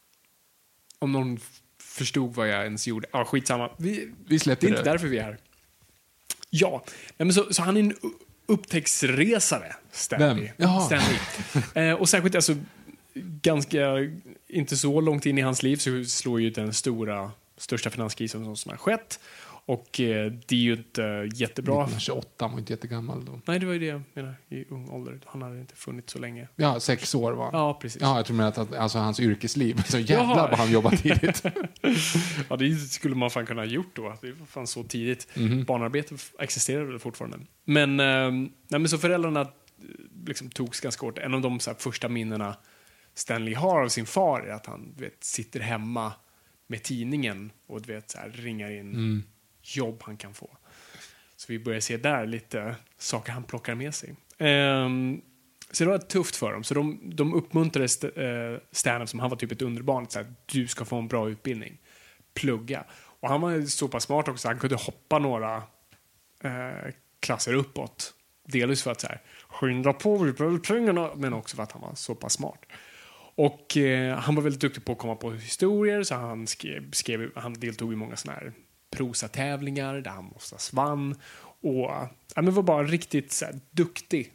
Om någon förstod vad jag ens gjorde. Ja, skitsamma. Vi Det släpper är det. inte därför vi är här. Ja, nej, men så han är en upptäcktsresare, Stanley. Vem? Jaha. Stanley. Och särskilt alltså, ganska, inte så långt in i hans liv så slår ju den största finanskrisen som har skett. Och det är ju inte jättebra. 1928, han var inte jättegammal då. Nej, det var ju det jag menar, i ung ålder. Han hade inte funnits så länge. Ja, 6 år var han. Ja, precis. Ja, jag tror att alltså hans yrkesliv. Så jävlar Jaha. vad han jobbar tidigt. Ja, det skulle man fan kunna ha gjort då. Det var fan så tidigt. Barnarbete existerar väl fortfarande. Men, nej, men så föräldrarna liksom togs ganska hårt. En av de så här, första minnena Stanley har av sin far är att han sitter hemma med tidningen och så här, ringar in jobb han kan få. Så vi börjar se där lite saker han plockar med sig. Så det var tufft för dem. Så de uppmuntrade Stanley, som han var typ ett underbarn, så här, du ska få en bra utbildning. Plugga. Och han var så pass smart också, han kunde hoppa några klasser uppåt. Delvis för att så här, skynda på, vi behöver pengarna, men också för att han var så pass smart. Och han var väldigt duktig på att komma på historier, så han deltog i många såna här prosatävlingar där han oftast vann. Och men var bara riktigt så här, duktig.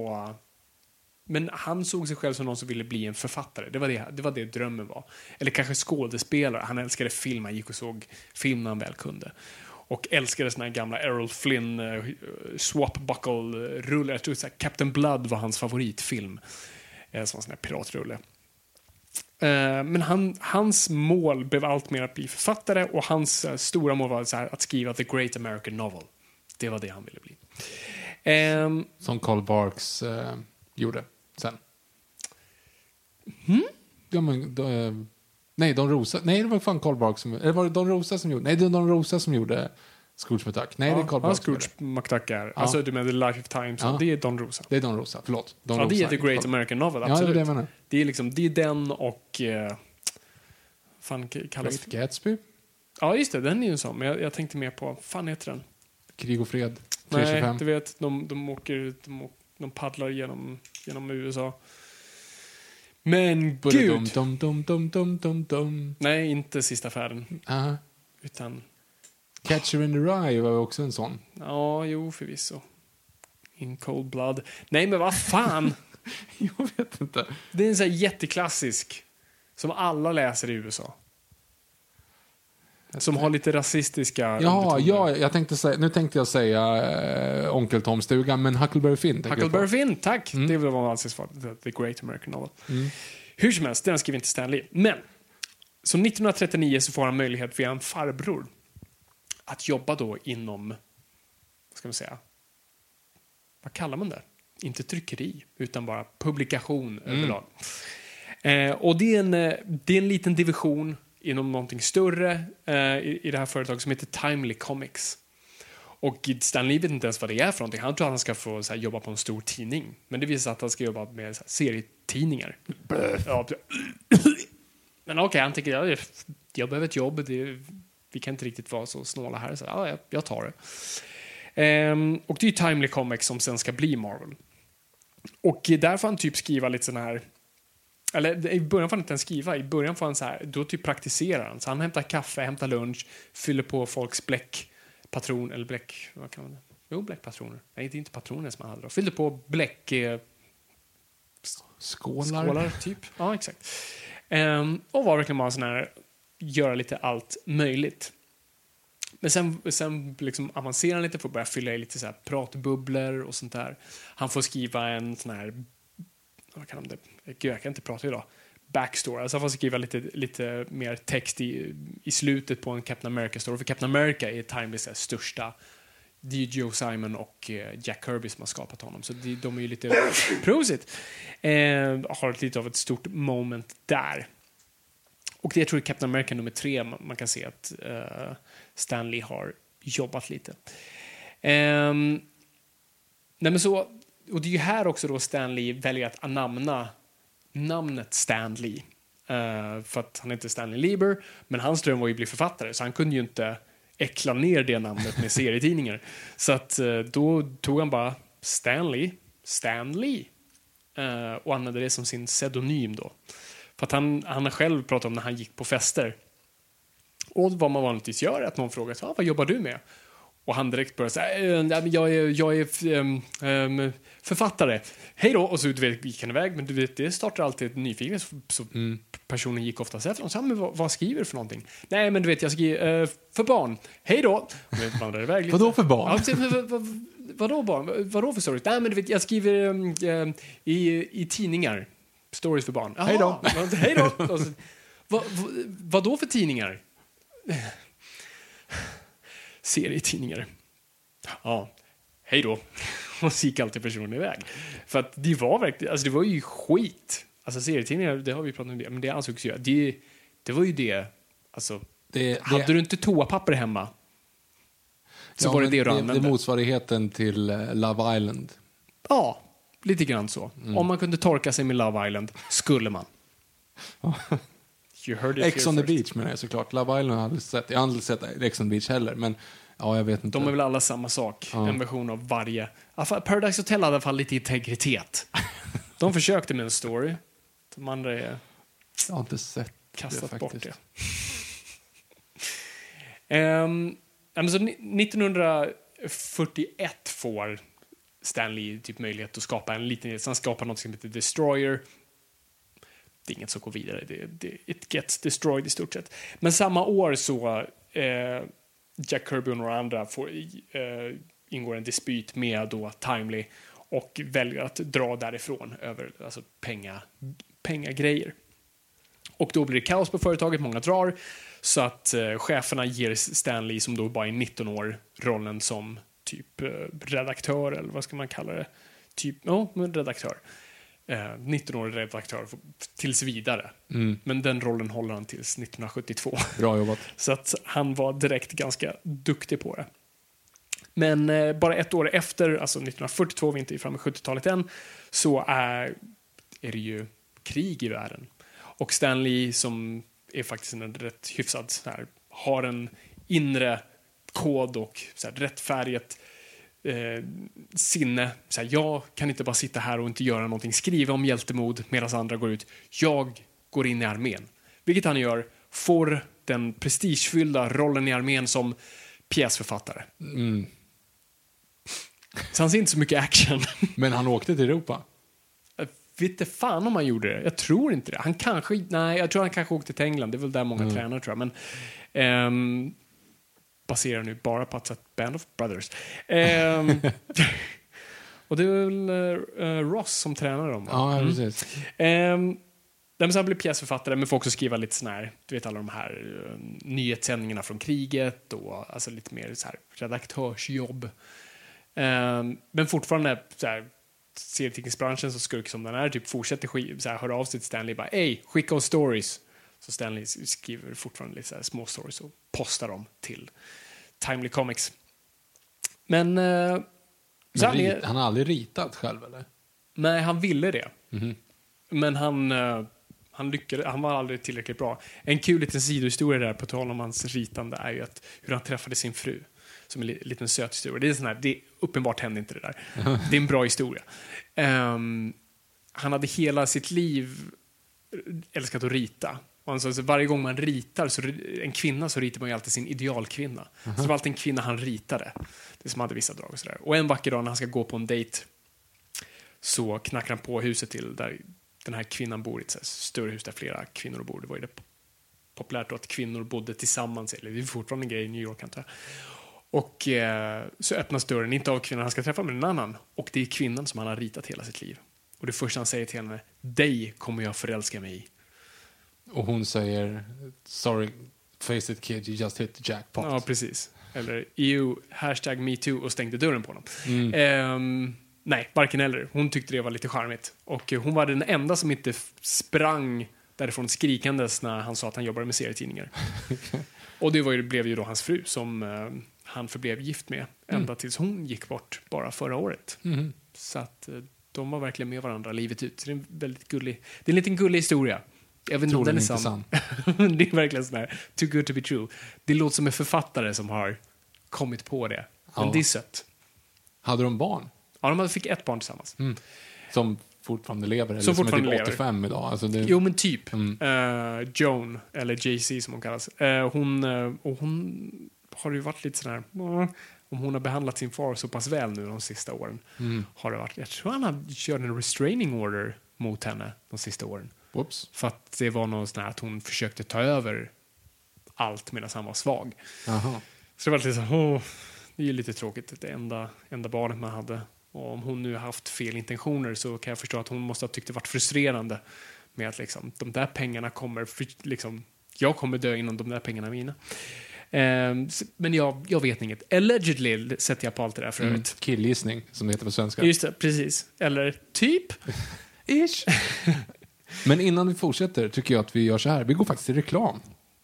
Men han såg sig själv som någon som ville bli en författare. Det var det drömmen var. Eller kanske skådespelare. Han älskade film. Han gick och såg film när han väl kunde. Och älskade såna här gamla Errol Flynn swapbuckle-rullar. Jag tror att Captain Blood var hans favoritfilm. Som en sån här piratrulle. Men hans mål blev allt mer att bli författare, och hans stora mål var så här, att skriva The Great American Novel. Det var det han ville bli. Som Carl Barks gjorde sen. Ja, men, nej, Don Rosa. Nej, det var fan Carl Barks som... Eller var det Don Rosa som gjorde... Nej, det var Don Rosa som gjorde Scrooge McDuck. Nej, det är Carl Barks. Scrooge McDuck är. Alltså, du menar The Life of Times. Ja. Det är Don Rosa. Det är Don Rosa, förlåt. Don Ja, det Rosa. är The Great American Novel, Ja, absolut. det är det jag menar. Det är liksom, det är den och... fan kallas... Great Gatsby. Ja, just det. Den är ju en sån. Men jag tänkte mer på... fan heter den? Krig och fred. Nej, 325. du vet, de paddlar genom USA. Men gud! Dum. Nej, inte Sista färden. Aha. Utan, Catcher in the Rye var också en sån. ja, jo, förvisso. In Cold Blood. Nej, men vad fan! Jag vet inte. Det är en sån här jätteklassisk som alla läser i USA. Som har lite rasistiska Ja, undertoner. nu tänkte jag säga Onkel Tom-stugan, men Huckleberry Finn. Huckleberry Finn, tack! Det var vad man anses vara The Great American Novel. Hur som helst, den skriver inte Stanley. Men, så 1939 så får han möjlighet via en farbror att jobba då inom, vad ska man säga, vad kallar man det? Inte tryckeri, utan bara publikation överlag. Och det är en liten division inom någonting större i det här företaget som heter Timely Comics. Och Stanley vet inte ens vad det är för någonting. Han tror att han ska få så här, jobba på en stor tidning. Men det visar att han ska jobba med så här, serietidningar. Ja, men okej, han tänker jag behöver ett jobb. Vi kan inte riktigt vara så snåla här. Så ja, jag tar det. Och det är Timely Comics som sen ska bli Marvel. Och där får han typ skriva lite sån här... Eller i början får han inte ens skriva. I början får han så här, då typ praktiserar han. Så han hämtar kaffe, hämtar lunch, fyller på folks bläckpatron, eller bläck... Vad kan man det? Jo, bläckpatroner. Nej, det är inte patroner som han hade då. Fyllde på bläck... Skålar typ. Ja, exakt. Och var verkligen bara sån här, göra lite allt möjligt. Men sen liksom avancerar han lite, får börja fylla i lite så här pratbubblor och sånt där. Han får skriva en sån här, vad kan det? Gud, jag kan inte prata idag. Backstory. Alltså han får skriva lite mer text i slutet på en Captain America-story. För Captain America är Timelys största. Det är Joe Simon och Jack Kirby som har skapat honom. Så de är ju lite prosit. Har lite av ett stort moment där. Och det jag tror är Captain America nummer 3. Man kan se att Stan Lee har jobbat lite. Nej men så, och det är ju här också då Stan Lee väljer att anamna namnet Stan Lee. För att han heter Stanley Lieber, men hans dröm var ju att bli författare, så han kunde ju inte äckla ner det namnet med serietidningar. Så att då tog han bara Stan Lee och använde det som sin pseudonym då. För att han har själv pratat om när han gick på fester. Och vad man vanligtvis gör är att någon frågar vad jobbar du med? Och han direkt börjar säga jag är författare. Hej då! Och så gick han iväg. Men du vet, det startar alltid nyfikenhet. Så personen gick oftast efter honom. Men vad skriver du för någonting? Nej, men du vet, jag skriver för barn. Hej då! Vadå för barn? Ja, vadå barn? Vadå för stories? Nej, men du vet, jag skriver i tidningar. Stories för barn. Hej då! Hej då! Vadå för tidningar? Serietidningar. Ja, hej då. Och så gick alltid personen iväg. För att det var verkligen, alltså det var ju skit. Alltså serietidningar, det har vi pratat om det, men det ansågs ju, det var ju det, alltså, hade du inte toapapper hemma så var det du använde. Det är motsvarigheten till Love Island. Ja, lite grann så. Om man kunde torka sig med Love Island, skulle man. Ex on the Beach menar jag såklart. Love Island har jag aldrig sett. Jag har aldrig sett Ex on the Beach heller, men ja, jag vet inte. De är väl alla samma sak. Ja. En version av varje. Paradise Hotel hade i alla fall lite integritet. De försökte med en story. De andra är... Jag har inte sett kastat det bort det. Så 1941 får Stan Lee typ möjlighet att skapa en liten... Han skapar något som heter Destroyer. Det är inget som går vidare. It gets destroyed i stort sett. Men samma år så Jack Kirby och några andra ingår en dispyt med då Timely och väljer att dra därifrån över alltså pengagrejer. Och då blir det kaos på företaget, många drar, så att cheferna ger Stan Lee, som då bara är 19 år, rollen som typ redaktör, eller vad ska man kalla det? Redaktör. 19-årig redaktör tills vidare. Men den rollen håller han tills 1972. Bra jobbat. Så att han var direkt ganska duktig på det. Men bara ett år efter, alltså 1942, vi är inte framme i 70-talet än, så är det ju krig i världen. Och Stan Lee, som är faktiskt en rätt hyfsad här, har en inre kod och så här, rättfärdigt sinne. Så här, jag kan inte bara sitta här och inte göra någonting, skriva om hjältemod medan andra går ut. Jag går in i armén. Vilket han gör, får den prestigefyllda rollen i armén som pjäsförfattare. Så han ser inte så mycket action. Men han åkte till Europa? Jag vet inte fan om han gjorde det. Jag tror inte det. Jag tror han kanske åkte till England. Det är väl där många tränar, tror jag. Men baserar nu bara på att sätta Band of Brothers. Och det är väl Ross som tränar dem. Ja, precis. Han blir pjäsförfattare, men får också skriva lite sån här, du vet, alla de här nyhetssändningarna från kriget och alltså lite mer så här redaktörsjobb. Men fortfarande så här, serietidningsbranschen, så skurk som den är, typ fortsätter så här, höra av sig till Stanley, bara skicka oss stories. Så Stanley skriver fortfarande lite så här små stories och postar dem till Timely Comics. Men han har aldrig ritat själv, eller? Nej, han ville det. Men han lyckades, han var aldrig tillräckligt bra. En kul liten sidohistoria där på tal om hans ritande är ju att hur han träffade sin fru, som en liten söt historia. Det är sån här, uppenbart hände inte det där. Det är en bra historia. Han hade hela sitt liv älskat att rita. Och alltså, varje gång man ritar en kvinna, så ritar man ju alltid sin idealkvinna. Så det var alltid en kvinna han ritade. Det som hade vissa drag och sådär. Och en vacker dag när han ska gå på en dejt, så knackar han på huset till där den här kvinnan bor i ett så här större hus där flera kvinnor bor. Det var ju det populärt då att kvinnor bodde tillsammans. Eller det är fortfarande en grej i New York, antar jag. Och så öppnas dörren, inte av kvinnan han ska träffa, men en annan. Och det är kvinnan som han har ritat hela sitt liv. Och det första han säger till henne: dig kommer jag förälska mig i. Och hon säger: sorry, face it kid, you just hit the jackpot. Ja, precis. Eller EU, #MeToo, och stängde dörren på honom. Nej, varken eller. Hon tyckte det var lite charmigt. Och hon var den enda som inte sprang därifrån skrikandes när han sa att han jobbade med serietidningar. Och det blev ju då hans fru som han förblev gift med ända tills hon gick bort bara förra året. Så att de var verkligen med varandra livet ut. Så det är en väldigt gullig, det är en liten gullig historia. Jag vet inte om den är sann. Det är verkligen sån här too good to be true. Det låter som en författare som har kommit på det. Men det är sött. Hade de barn? Ja, de fick ett barn tillsammans. Som fortfarande lever? Eller Som fortfarande är typ 85 idag? Alltså det... Jo, men typ. Joan, eller JC som hon kallas. Hon har ju varit lite sån här... Om hon har behandlat sin far så pass väl nu de sista åren. Har det varit, jag tror han har kört en restraining order mot henne de sista åren. Oops. För att det var någon sån här att hon försökte ta över allt medan han var svag. Aha. Så det var lite så, det är ju lite tråkigt. Det enda barnet man hade. Och om hon nu har haft fel intentioner så kan jag förstå att hon måste ha tyckt det varit frustrerande med att liksom, de där pengarna kommer, liksom, jag kommer dö innan de där pengarna är mina. Men jag vet inget. Allegedly sätter jag på allt det där för övrigt. Killgissning, som det heter på svenska. Just det, precis. Eller typ. Ish. Men innan vi fortsätter tycker jag att vi gör så här. Vi går faktiskt till reklam.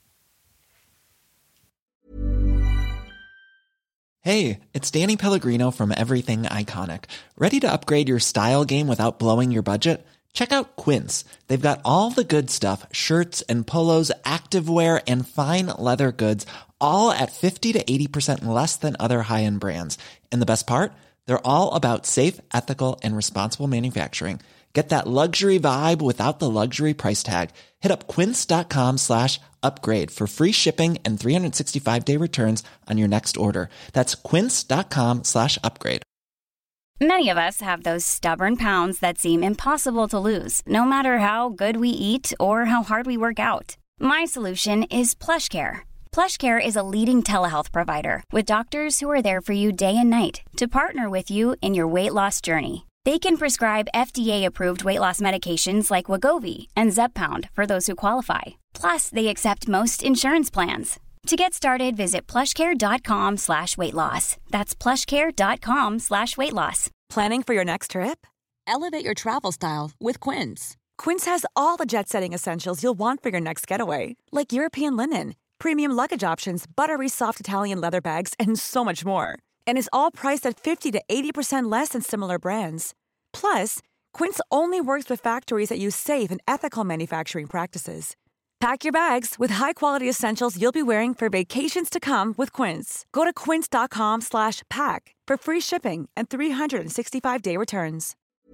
Hey, it's Danny Pellegrino from Everything Iconic. Ready to upgrade your style game without blowing your budget? Check out Quince. They've got all the good stuff, shirts and polos, activewear, and fine leather goods, all at 50 to 80% less than other high-end brands. And the best part? They're all about safe, ethical, and responsible manufacturing. Get that luxury vibe without the luxury price tag. Hit up quince.com/upgrade for free shipping and 365-day returns on your next order. That's quince.com/upgrade. Many of us have those stubborn pounds that seem impossible to lose, no matter how good we eat or how hard we work out. My solution is PlushCare. PlushCare is a leading telehealth provider with doctors who are there for you day and night to partner with you in your weight loss journey. They can prescribe FDA-approved weight loss medications like Wegovy and Zepbound for those who qualify. Plus, they accept most insurance plans. To get started, visit plushcare.com/weightloss. That's plushcare.com/weightloss. Planning for your next trip? Elevate your travel style with Quince. Quince has all the jet-setting essentials you'll want for your next getaway, like European linen, premium luggage options, buttery soft Italian leather bags, and so much more. And is all priced at 50 to 80% less than similar brands. Plus, Quince only works with factories that use safe and ethical manufacturing practices. Pack your bags with high-quality essentials you'll be wearing for vacations to come with Quince. Go to quince.com/pack for free shipping and 365-day returns.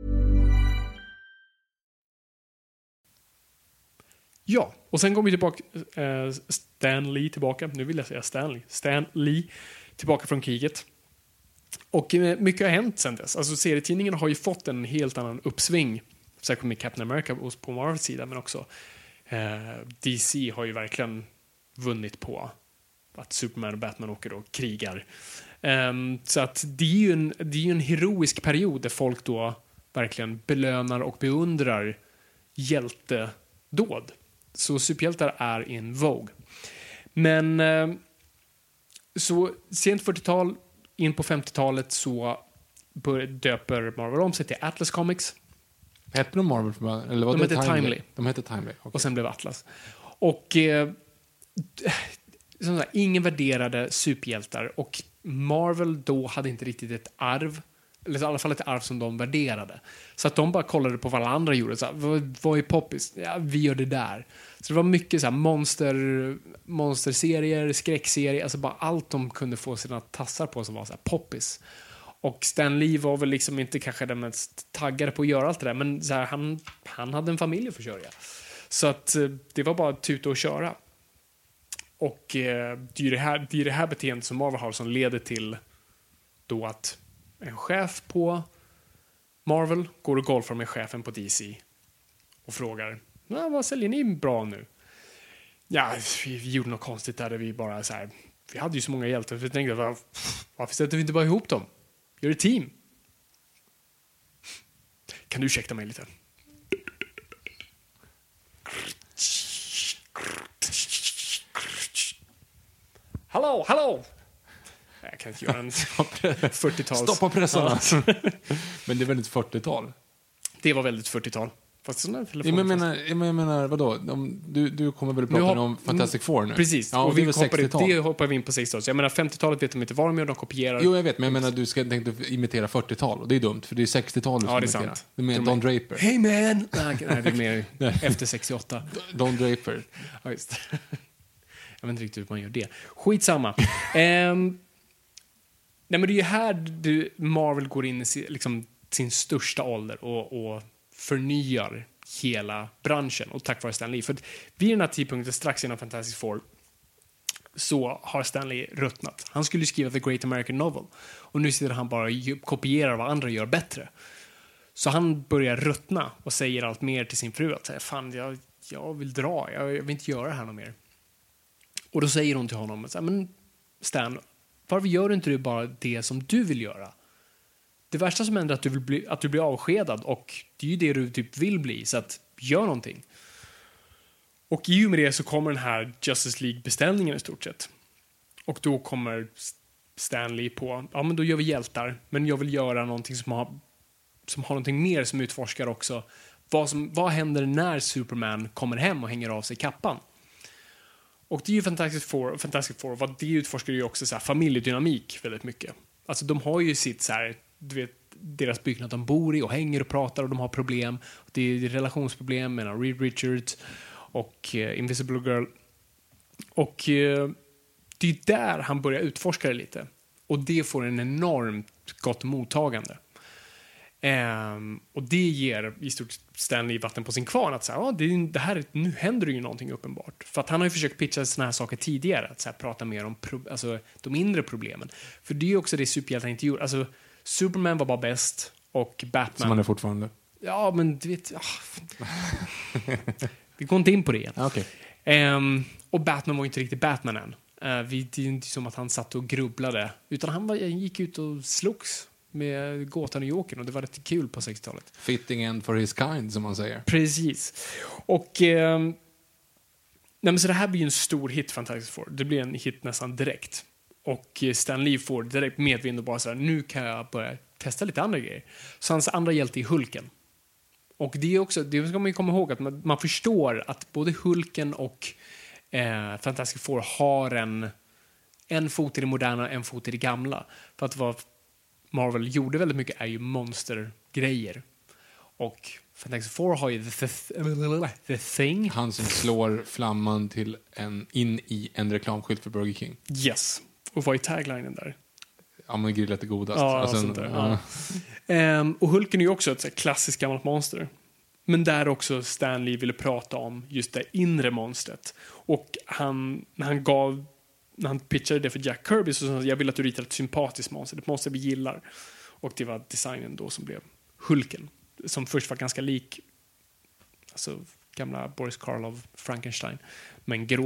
Ja, och sen kommer vi tillbaka Stan Lee tillbaka. Nu vill jag säga Stan Lee tillbaka från kriget. Och mycket har hänt sen dess. Alltså serietidningen har ju fått en helt annan uppsving. Särskilt med Captain America på Marvels sida, men också DC har ju verkligen vunnit på att Superman och Batman åker och krigar. Så att det är ju en heroisk period där folk då verkligen belönar och beundrar hjältedåd. Så superhjältar är in vogue. Men så sent 40-tal in på 50-talet så döper Marvel om sig till Atlas Comics. Hette de Marvel? Eller var de hette Timely. De hette Timely. Okay. Och sen blev Atlas. Och ingen värderade superhjältar. Och Marvel då hade inte riktigt ett arv. Eller i alla fall ett arv som de värderade. Så att de bara kollade på vad alla andra gjorde. Så här, vad är poppis? Ja, vi gör det där. Så det var mycket så här monsterserier, skräckserier. Alltså bara allt de kunde få sina tassar på som var så här poppis. Och Stan Lee var väl liksom inte kanske den mest taggade på att göra allt det där. Men så här, han hade en familj att försörja. Så att det var bara att tuta och köra. Och det är det här beteendet som Marvel har som leder till då att en chef på Marvel går och golfar med chefen på DC. och frågar, vad säljer ni bra nu? Ja, vi gjorde något konstigt där vi bara så här, vi hade ju så många hjältar, för vi tänkte, varför sätter vi inte bara ihop dem? Gör ett team. Kan du ursäkta mig lite? Hallå! Jag kan inte göra en 40-tals... Stoppa pressarna. Men det är väldigt 40-tal. Det var väldigt 40-tal. Fast sådana jag menar vadå? Du kommer väl prata om Fantastic Four nu? Precis. Ja, och det hoppar vi in på 60-talet. Jag menar 50-talet vet de inte vad de gör, de kopierar. Jo, jag vet, men jag menar du ska tänkte imitera 40-tal och det är dumt för det är 60-talet som det är sant. Det är mer Don Draper. Hey man. Nej, det är mer efter 68. Don Draper. Ja, just. Jag vet inte riktigt hur man gör det. Skitsamma. Nej, men det är ju här Marvel går in i sin största ålder och förnyar hela branschen, och tack vare Stan Lee. För vid den här tidpunkten, strax innan Fantastic Four, så har Stan Lee ruttnat. Han skulle skriva The Great American Novel, och nu sitter han bara och kopierar vad andra gör bättre. Så han börjar ruttna och säger allt mer till sin fru att säga, fan, jag vill dra, jag vill inte göra det här något mer. Och då säger hon till honom, men Stan, varför gör du inte bara det som du vill göra? Det värsta som händer är att du blir avskedad, och det är ju det du typ vill bli, så att gör någonting. Och i och med det så kommer den här Justice League-beställningen i stort sett. Och då kommer Stan Lee på, men då gör vi hjältar, men jag vill göra någonting som har någonting mer, som utforskar också vad händer när Superman kommer hem och hänger av sig kappan. Och det är ju Fantastic Four, vad det utforskar ju också så här familjedynamik väldigt mycket. Alltså de har ju sitt så här, du vet, deras byggnad de bor i och hänger och pratar, och de har problem. Det är relationsproblem mellan Reed Richards och Invisible Girl. Och det är där han börjar utforska det lite. Och det får en enormt gott mottagande. Och det ger i stort Stan Lee vatten på sin kvarn, att säga, det här, nu händer det ju någonting uppenbart. För att han har ju försökt pitcha såna här saker tidigare, att så här, prata mer om de inre problemen. För det är ju också det superhjältar inte gjorde. Alltså, Superman var bara bäst, och Batman... Som han är fortfarande. Ja, men du vet... Vi går inte in på det igen. Okay. Och Batman var ju inte riktigt Batman än. Det är inte som att han satt och grubblade, utan han gick ut och slogs med gåtan och Jokern, och det var rätt kul på 60-talet. Fitting end for his kind, som man säger. Precis. Och så det här blir en stor hit, Fantastic Four. Det blir en hit nästan direkt. Och Stan Lee får direkt medvind och bara så här, nu kan jag börja testa lite andra grejer. Så hans andra hjälte är Hulken. Och det är också, det ska man ju komma ihåg, att man förstår att både Hulken och Fantastic Four har en fot i det moderna och en fot i det gamla. För att vad Marvel gjorde väldigt mycket är ju monstergrejer. Och Fantastic Four har ju the Thing. Han som slår flamman in i en reklamskylt för Burger King. Yes. Och vad är taglinen där? Ja, men grillat är godast. Ja, alltså, sånt där. Ja. Och Hulken är ju också ett så här klassiskt gammalt monster. Men där också Stan Lee ville prata om just det inre monstret. Och när han pitchade det för Jack Kirby, så sa han, jag vill att du ritar ett sympatiskt monster, ett monster vi gillar. Och det var designen då som blev Hulken, som först var ganska lik gamla Boris Karloff Frankenstein, men grå.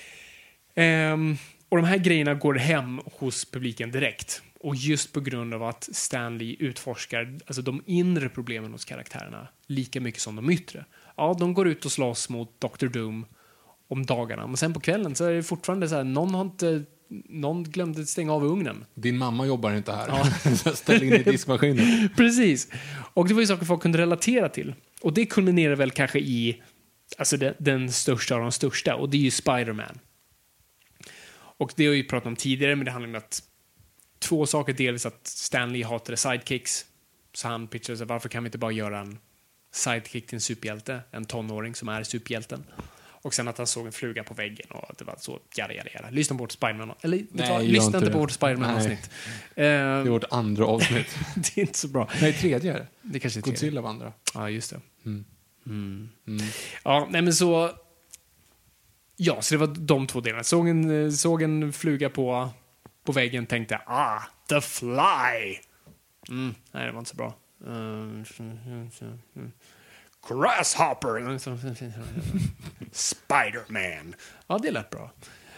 Och de här grejerna går hem hos publiken direkt. Och just på grund av att Stan Lee utforskar de inre problemen hos karaktärerna lika mycket som de yttre. Ja, de går ut och slåss mot Dr. Doom om dagarna. Men sen på kvällen så är det fortfarande så här, någon glömde stänga av ugnen. Din mamma jobbar inte här. Ja. Ställ in i diskmaskinen. Precis. Och det var ju saker folk kunde relatera till. Och det kulminerar väl kanske i den största av de största. Och det är ju Spider-Man. Och det har vi pratat om tidigare, men det handlar om att två saker. Dels att Stan Lee hatade sidekicks. Så han pitchade sig, varför kan vi inte bara göra en sidekick till en superhjälte? En tonåring som är superhjälten. Och sen att han såg en fluga på väggen och det var så jada. Lyssna på vårt Spider-Man. Eller lyssna inte på vårt Spider-Man-avsnitt. Det är vårt andra avsnitt. Det är inte så bra. Nej, tredje är det. Det kanske är Godzilla var andra. Ja, just det. Ja, nej men så... Ja, så det var de två delarna. Såg en fluga på väggen, tänkte The Fly! Nej, det var inte så bra. Grasshopper. Spider-Man. Ja, det lät bra.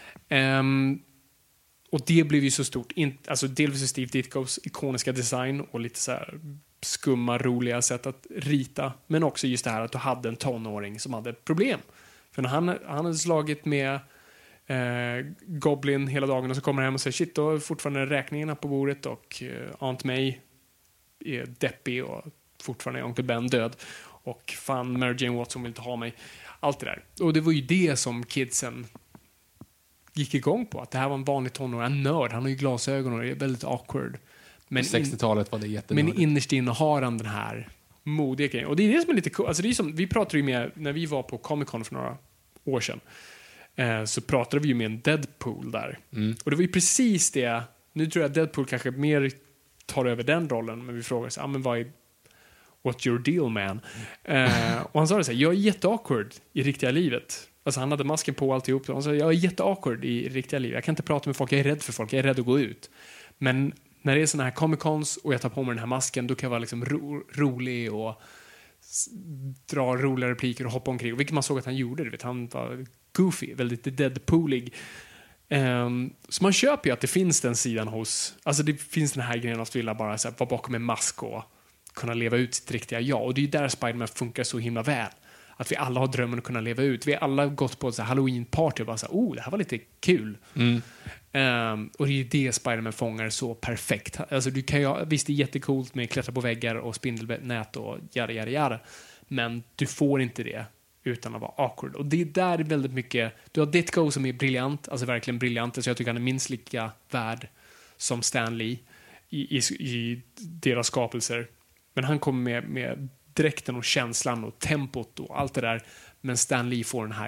Och det blev ju så stort. Alltså delvis Steve Ditkos ikoniska design och lite så här skumma, roliga sätt att rita. Men också just det här att du hade en tonåring som hade problem. För när han hade slagit med Goblin hela dagen och så kommer han hem och säger shit, då är fortfarande räkningarna på bordet och Aunt May är deppig och fortfarande är Onkel Ben död. Och fan, Mary Jane Watson vill inte ha mig. Allt det där. Och det var ju det som kidsen gick igång på. Att det här var en vanlig tonåring, en nörd. Han har ju glasögon och det är väldigt awkward. Men 60-talet var det jättenördigt. Men innerst inne har han den här modiga grejen. Och det är det som är lite cool. Alltså det är som, vi pratade ju med, när vi var på Comic Con för några år sedan, så pratade vi ju med en Deadpool där. Och det var ju precis det. Nu tror jag att Deadpool kanske mer tar över den rollen, men vi frågar oss, men vad är what's your deal, man? Och han sa det så här, jag är jätteawkward i riktiga livet. Alltså han hade masken på alltihop. Han sa, jag är jätteawkward i riktiga livet. Jag kan inte prata med folk, jag är rädd för folk, jag är rädd att gå ut. Men när det är såna här Comic-Cons och jag tar på mig den här masken, då kan jag vara liksom rolig och dra roliga repliker och hoppa omkring. Och vilket man såg att han gjorde, du vet, han var goofy, väldigt Deadpoolig. Så man köper ju att det finns den sidan hos, alltså det finns den här grejen att vilja bara så här, vara bakom en mask och kunna leva ut sitt riktiga jag. Och det är ju där Spider-Man funkar så himla väl. Att vi alla har drömmen att kunna leva ut. Vi har alla gått på ett så här Halloween-party och bara så här, det här var lite kul. Och det är ju det Spider-Man fångar så perfekt. Alltså du kan ju, visst det är jättekult med klättra på väggar och spindelnät och jada. Men du får inte det utan att vara awkward. Och det är där det är väldigt mycket, du har Ditko som är briljant, alltså verkligen briljant. Så jag tycker han är minst lika värd som Stan Lee i deras skapelser. Men han kommer med dräkten och känslan och tempot och allt det där. Men Stan Lee får den här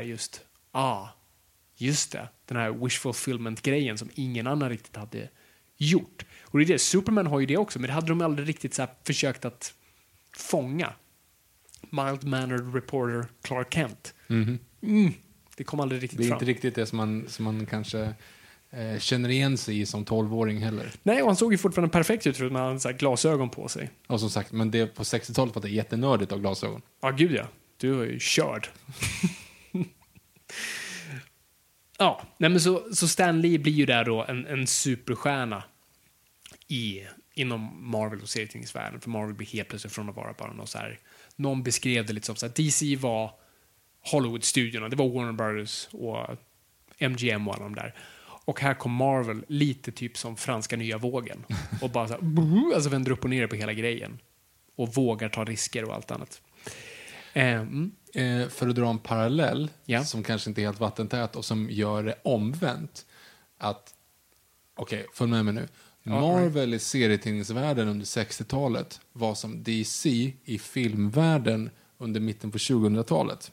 just det, den här wish fulfillment-grejen som ingen annan riktigt hade gjort. Och det är det, Superman har ju det också, men det hade de aldrig riktigt så här försökt att fånga. Mild-mannered reporter Clark Kent. Det kom aldrig riktigt fram. Det är inte riktigt det som man kanske känner igen sig i som 12-åring heller. Nej, och han såg ju fortfarande perfekt ut för att man hade så här glasögon på sig. Och som sagt, men det på 60-talet var det jättenördigt av glasögon. Ja, gud ja. Du var ju körd. Ja, nej men så Stan Lee blir ju där då en superstjärna inom Marvel och serietidningsvärlden. För Marvel blir helt plötsligt från att vara bara något så här. Någon beskrev det lite som så här, DC var Hollywood-studiorna, det var Warner Brothers och MGM och alla de där. Och här kom Marvel lite typ som franska nya vågen. Och bara så här, alltså vänder upp och ner på hela grejen. Och vågar ta risker och allt annat. För att dra en parallell som kanske inte är helt vattentät och som gör det omvänt. Att, följ med mig nu. Marvel i serietidningsvärlden under 60-talet var som DC i filmvärlden under mitten på 2000-talet.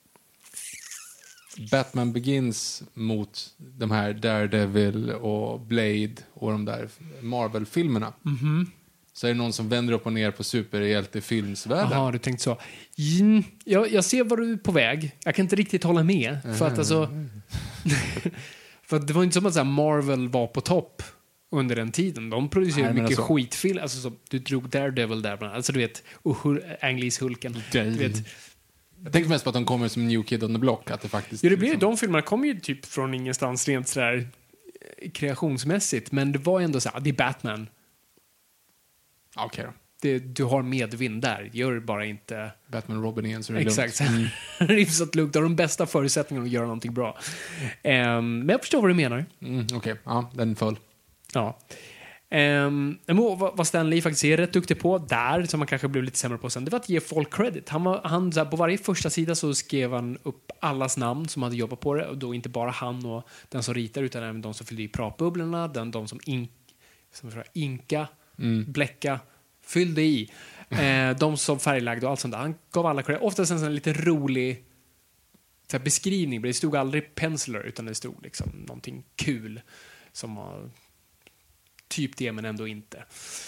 Batman Begins mot de här Daredevil och Blade och de där Marvel-filmerna. Så är det någon som vänder upp och ner på superhjältefilmsvärlden. Jaha, du tänkte så. Jag ser var du är på väg. Jag kan inte riktigt hålla med. För att alltså... för att det var inte som att så här, Marvel var på topp under den tiden. De producerade mycket skitfilm. Alltså, så, du drog Daredevil där. Alltså du vet, Anglis-Hulken. Du vet... Jag tänkte mest på att de kommer som New Kid on the Block. Att det faktiskt... Ja, det blir, de filmerna kom ju typ från ingenstans rent sådär kreationsmässigt. Men det var ändå så här, det är Batman. Okej då. Du har medvind där. Gör bara inte... Batman och Robin igen så är det exakt. Rivsat lugnt. Du har de bästa förutsättningarna att göra någonting bra. Men jag förstår vad du menar. Okej. Ja, den föll. Ja. Vad Stan Lee faktiskt är rätt duktig på där, som man kanske blev lite sämre på sen, det var att ge folk credit. Han så här, på varje första sida så skrev han upp allas namn som hade jobbat på det, och då inte bara han och den som ritar, utan även de som fyllde i pratbubblorna, de som inka, bläcka, fyllde i, de som färglagde och allt sånt där. Han gav alla credit. Oftast en sån lite rolig så här, beskrivning, men det stod aldrig penciler, utan det stod liksom någonting kul som var typ det, men ändå inte.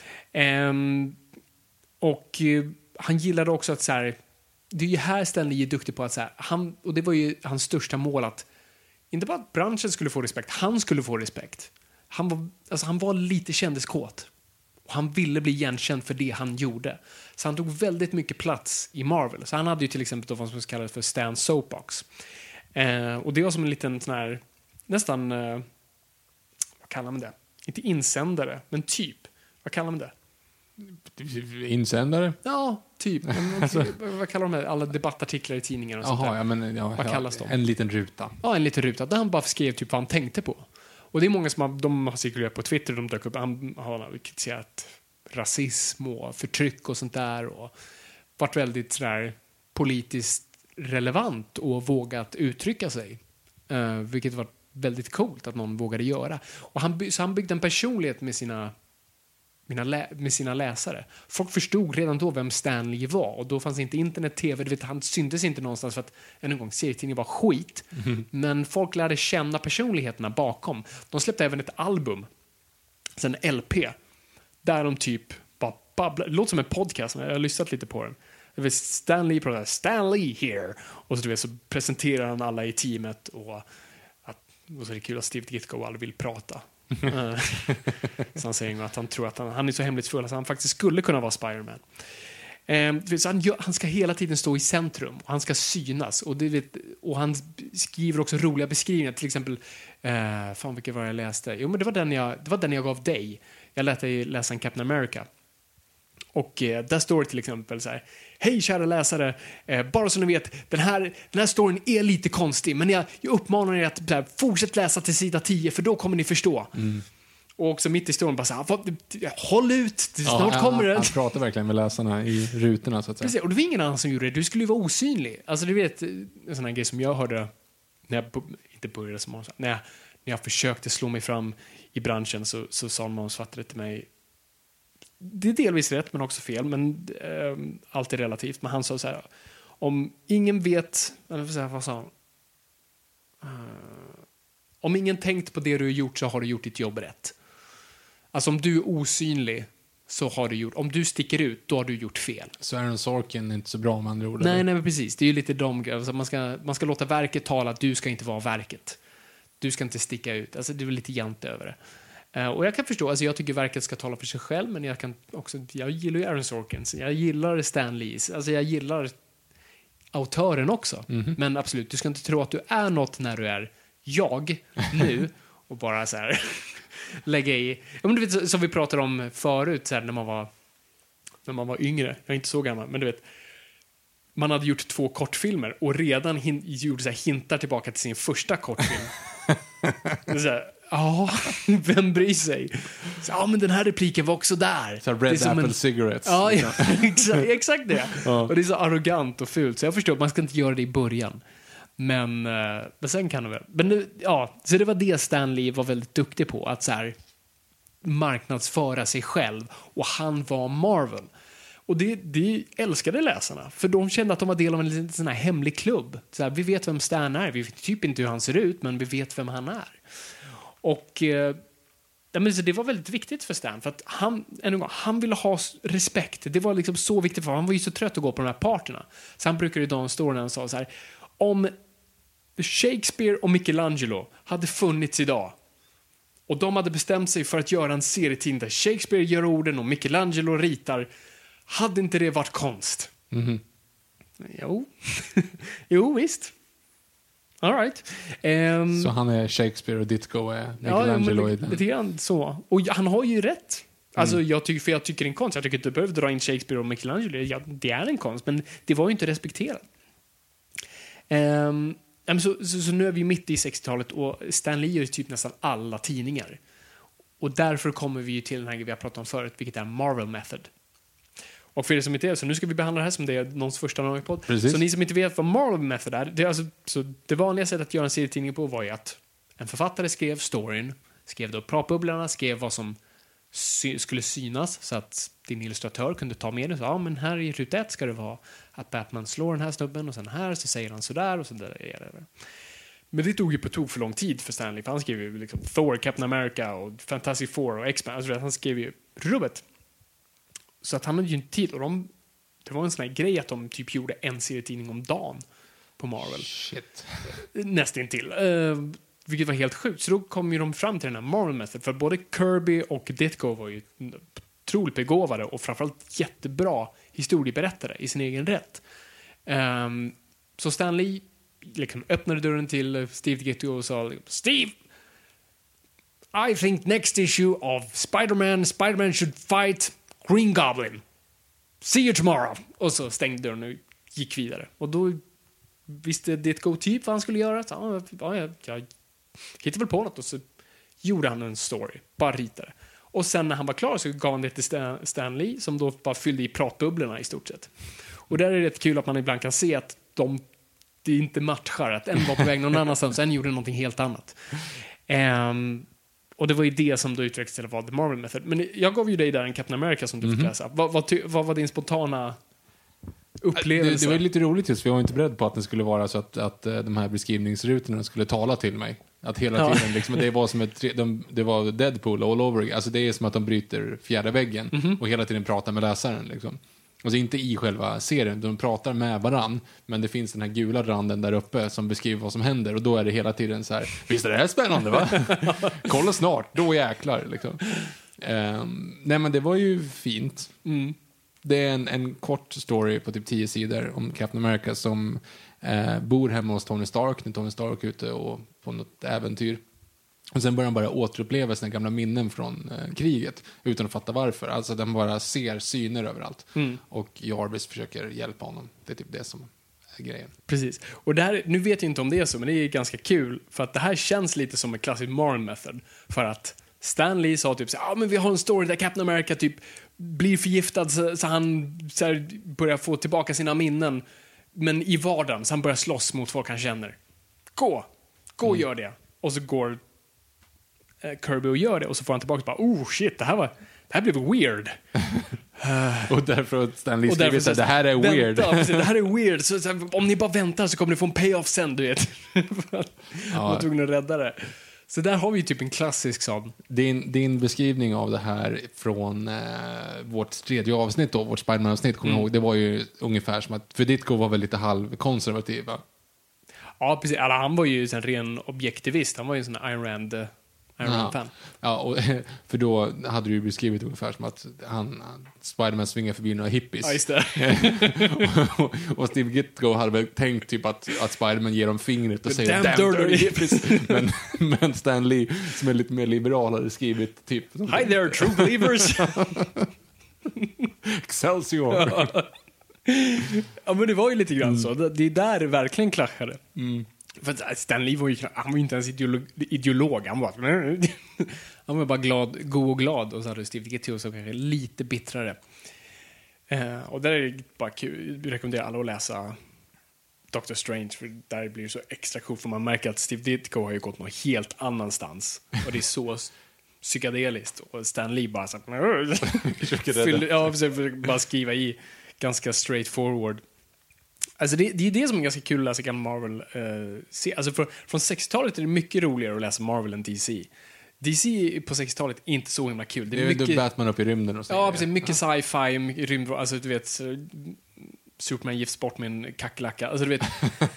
Och han gillade också att så här, det är ju här Stan Lee är duktig på att så här, och det var ju hans största mål, att inte bara att branschen skulle få respekt, han skulle få respekt. Han var lite kändiskåt. han ville bli igenkänd för det han gjorde. Så han tog väldigt mycket plats i Marvel. Så han hade ju till exempel vad som kallas för Stan Soapbox. Och det var som en liten sån här, nästan, vad kallar man det? Inte insändare, men typ. Vad kallar man det? Insändare? Ja, typ. Vad kallar de här? Alla debattartiklar i tidningar och sånt där. Ja, men, vad kallas de? En liten ruta. Ja, en liten ruta. Där han bara skrev typ vad han tänkte på. Och det är många som de har cirkulerat på Twitter. De dök upp. Han har kritiserat rasism och förtryck och sånt där. Och varit väldigt sådär politiskt relevant och vågat uttrycka sig. Vilket var väldigt coolt att någon vågade göra. Och han byggde en personlighet med sina läsare. Folk förstod redan då vem Stan Lee var. Och då fanns inte internet, tv, han syntes inte någonstans för att en gång serietidningen var skit. Men folk lärde känna personligheterna bakom. De släppte även ett album, sen LP, där de typ bara babblar. Det låter som en podcast, jag har lyssnat lite på den. Stan Lee here. Och så presenterar han alla i teamet och så är det kul att Steve Ditko aldrig vill prata. Så han säger att han tror att han är så hemlighetsfull att han faktiskt skulle kunna vara Spider-Man. Så han ska hela tiden stå i centrum och han ska synas och han skriver också roliga beskrivningar, till exempel vilket var jag läste? Jo, men det var den jag gav dig. Jag lät dig läsa en Captain America. Och där står det till exempel så här: hej kära läsare, bara så ni vet, den här storyn är lite konstig, men jag uppmanar er att fortsätt läsa till sida 10 för då kommer ni förstå. Och också mitt i storyn bara så här, håll ut, snart kommer det. Han pratar verkligen med läsarna i rutorna så att säga. Precis, och det var ingen annan som gjorde det. Du skulle ju vara osynlig. Alltså du vet, en sån här grej som jag hörde när jag inte började som när jag försökte slå mig fram i branschen, så sa en manusfattare till mig, det är delvis rätt men också fel, men allt är relativt. Men han sa så här: om ingen vet, eller vad sa han? Om ingen tänkt på det du har gjort så har du gjort ditt jobb rätt. Alltså om du är osynlig så har du gjort, om du sticker ut då har du gjort fel. Så Aaron Sorkin är inte så bra om andra ord. Nej, men precis. Det är ju lite alltså man ska låta verket tala, att du ska inte vara verket. Du ska inte sticka ut. Alltså det är väl lite jant över det. Och jag kan förstå, alltså jag tycker verket ska tala för sig själv, men jag gillar ju Aaron Sorkin, jag gillar Stan Lee, alltså jag gillar autören också. Men absolut, du ska inte tro att du är något när du är jag nu och bara så här lägga i. Ja, men du vet, som vi pratade om förut så här, när man var yngre, jag är inte så gammal, men du vet, man hade gjort 2 kortfilmer och redan gjorde så här hintar tillbaka till sin första kortfilm. Så här, ja, vem bryr sig? Ja, men den här repliken var också där. Så Red Apple Cigarettes. Ja, exakt det. Ja. Och det är så arrogant och fult. Så jag förstår att man ska inte göra det i början. Men sen kan det väl. Men så det var det Stan Lee var väldigt duktig på. Att så här marknadsföra sig själv. Och han var Marvel. Och det älskade läsarna. För de kände att de var del av en liten sån här hemlig klubb. Så här, vi vet vem Stan är. Vi vet typ inte hur han ser ut, men vi vet vem han är. Och så det var väldigt viktigt för Stan. För att han ville ha respekt. Det var liksom så viktigt för honom. Han var ju så trött att gå på de här parterna. Så han brukade ju då en story när han sa så här: om Shakespeare och Michelangelo hade funnits idag och de hade bestämt sig för att göra en serietidning där Shakespeare gör orden och Michelangelo ritar, hade inte det varit konst? Jo. Jo, visst. All right. Så han är Shakespeare och Ditko är Michelangelo i den. Lite grann så. Och han har ju rätt. Alltså jag tycker det är en konst. Jag tycker inte du behöver dra in Shakespeare och Michelangelo. Ja, det är en konst, men det var ju inte respekterat. Så nu är vi mitt i 60-talet och Stan Lee gör typ nästan alla tidningar. Och därför kommer vi ju till den här vi har pratat om förut, vilket är Marvel Method. Och för er som inte är så, nu ska vi behandla det här som det är någons första Nami-podd. Så ni som inte vet vad Marvel Method är, det är alltså, så det vanliga sättet att göra en serietidning på var ju att en författare skrev storyn, skrev då pratbubblorna, skrev vad som skulle synas så att din illustratör kunde ta med det. Så, men här i ruta 1 ska det vara att Batman slår den här snubben och sen här så säger han sådär och sådär. Men det tog ju på tok för lång tid för Stanley, för han skrev ju liksom Thor, Captain America och Fantastic Four och X-Men. Alltså, han skrev ju rubbet. Så att han hade ju inte tid. Och det var en sån här grej att de typ gjorde en serietidning om dagen på Marvel. Shit. Nästintill. Vilket var helt sjukt. Så då kom ju de fram till den här Marvel Method. För både Kirby och Ditko var ju otroligt begåvade och framförallt jättebra historieberättare i sin egen rätt. Så Stan Lee liksom öppnade dörren till Steve Ditko och sa Steve, I think next issue of Spider-Man should fight Green Goblin. See you tomorrow. Och så stängde dörren och gick vidare. Och då visste Ditko typ vad han skulle göra. Så, jag hittade väl på något och så gjorde han en story. Bara ritade. Och sen när han var klar så gav han det till Stan Lee som då bara fyllde i pratbubblorna i stort sett. Och där är det rätt kul att man ibland kan se att det inte matchar. Att en var på väg någon annanstans och en gjorde någonting helt annat. Och det var ju det som då utvecklades till att vara The Marvel Method. Men jag gav ju dig där en Captain America som du fick läsa. Vad var din spontana upplevelse? Det var lite roligt just, för jag var inte beredd på att det skulle vara så att de här beskrivningsrutorna skulle tala till mig. Att hela tiden, liksom, det var som det var Deadpool all over again. Alltså det är som att de bryter fjärde väggen och hela tiden pratar med läsaren liksom. Alltså inte i själva serien, de pratar med varann, men det finns den här gula randen där uppe som beskriver vad som händer, och då är det hela tiden så här, visst är det här spännande va? Kolla snart, då jäklar liksom. Nej men det var ju fint. Det är en kort story på typ 10 sidor om Captain America som bor hemma hos Tony Stark när Tony Stark är ute och på något äventyr. Och sen börjar han bara återuppleva sina gamla minnen från kriget utan att fatta varför. Alltså den bara ser syner överallt. Och Jarvis försöker hjälpa honom. Det är typ det som är grejen. Precis. Och det här, nu vet jag inte om det är så, men det är ganska kul. För att det här känns lite som en klassisk Marvel Method. För att Stan Lee sa typ så men vi har en story där Captain America typ blir förgiftad så han så här, börjar få tillbaka sina minnen. Men i vardagen, så han börjar slåss mot folk han känner. Gå och gör det. Och så går Kirby och gör det, och så får han tillbaka bara, oh shit, det här blev weird. Och därför Stan Lee skriver så det här är weird. Det här är weird. Så om ni bara väntar så kommer ni få en payoff sen, du vet. Man tog att rädda det. Så där har vi typ en klassisk sån. Din beskrivning av det här från vårt tredje avsnitt då, vårt Spider-Man-avsnitt, kommer ihåg, det var ju ungefär som att, för Ditko var väl lite halvkonservativ va? Ja, precis. Alltså, han var ju en ren objektivist. Han var ju en sån Iron Rand-fan. Ja, och, för då hade du ju beskrivit ungefär som att Spider-Man svingar förbi några hippies. Ja, just det. och Steve Ditko hade väl tänkt typ att Spider-Man ger dem fingret och säger damn dirty hippies. men Stan Lee, som är lite mer liberal, hade skrivit typ hi there, true believers. Excelsior. Ja, men det var ju lite grann så. Det är där det verkligen klaschade. För Stan Lee var ju inte ens ideolog. Han var bara glad, god och glad. Och så hade Steve Ditko som kanske lite bittrare. Och där är det bara kul. Jag rekommenderar alla att läsa Doctor Strange. För där blir det så extra coolt. För man märker att Steve Ditko har ju gått någon helt annanstans. Och det är så psykedeliskt. Och Stan Lee bara så försöker bara skriva i ganska straightforward. Alltså det är det som är ganska kul att läsa gamla Marvel. Alltså från 60-talet är det mycket roligare att läsa Marvel än DC. DC på 60-talet är inte så himla kul. Det är mycket Batman upp i rymden och så. Ja, precis. Mycket sci-fi, mycket rymd. Alltså du vet, Superman gifts bort med en kackerlacka. Alltså du vet.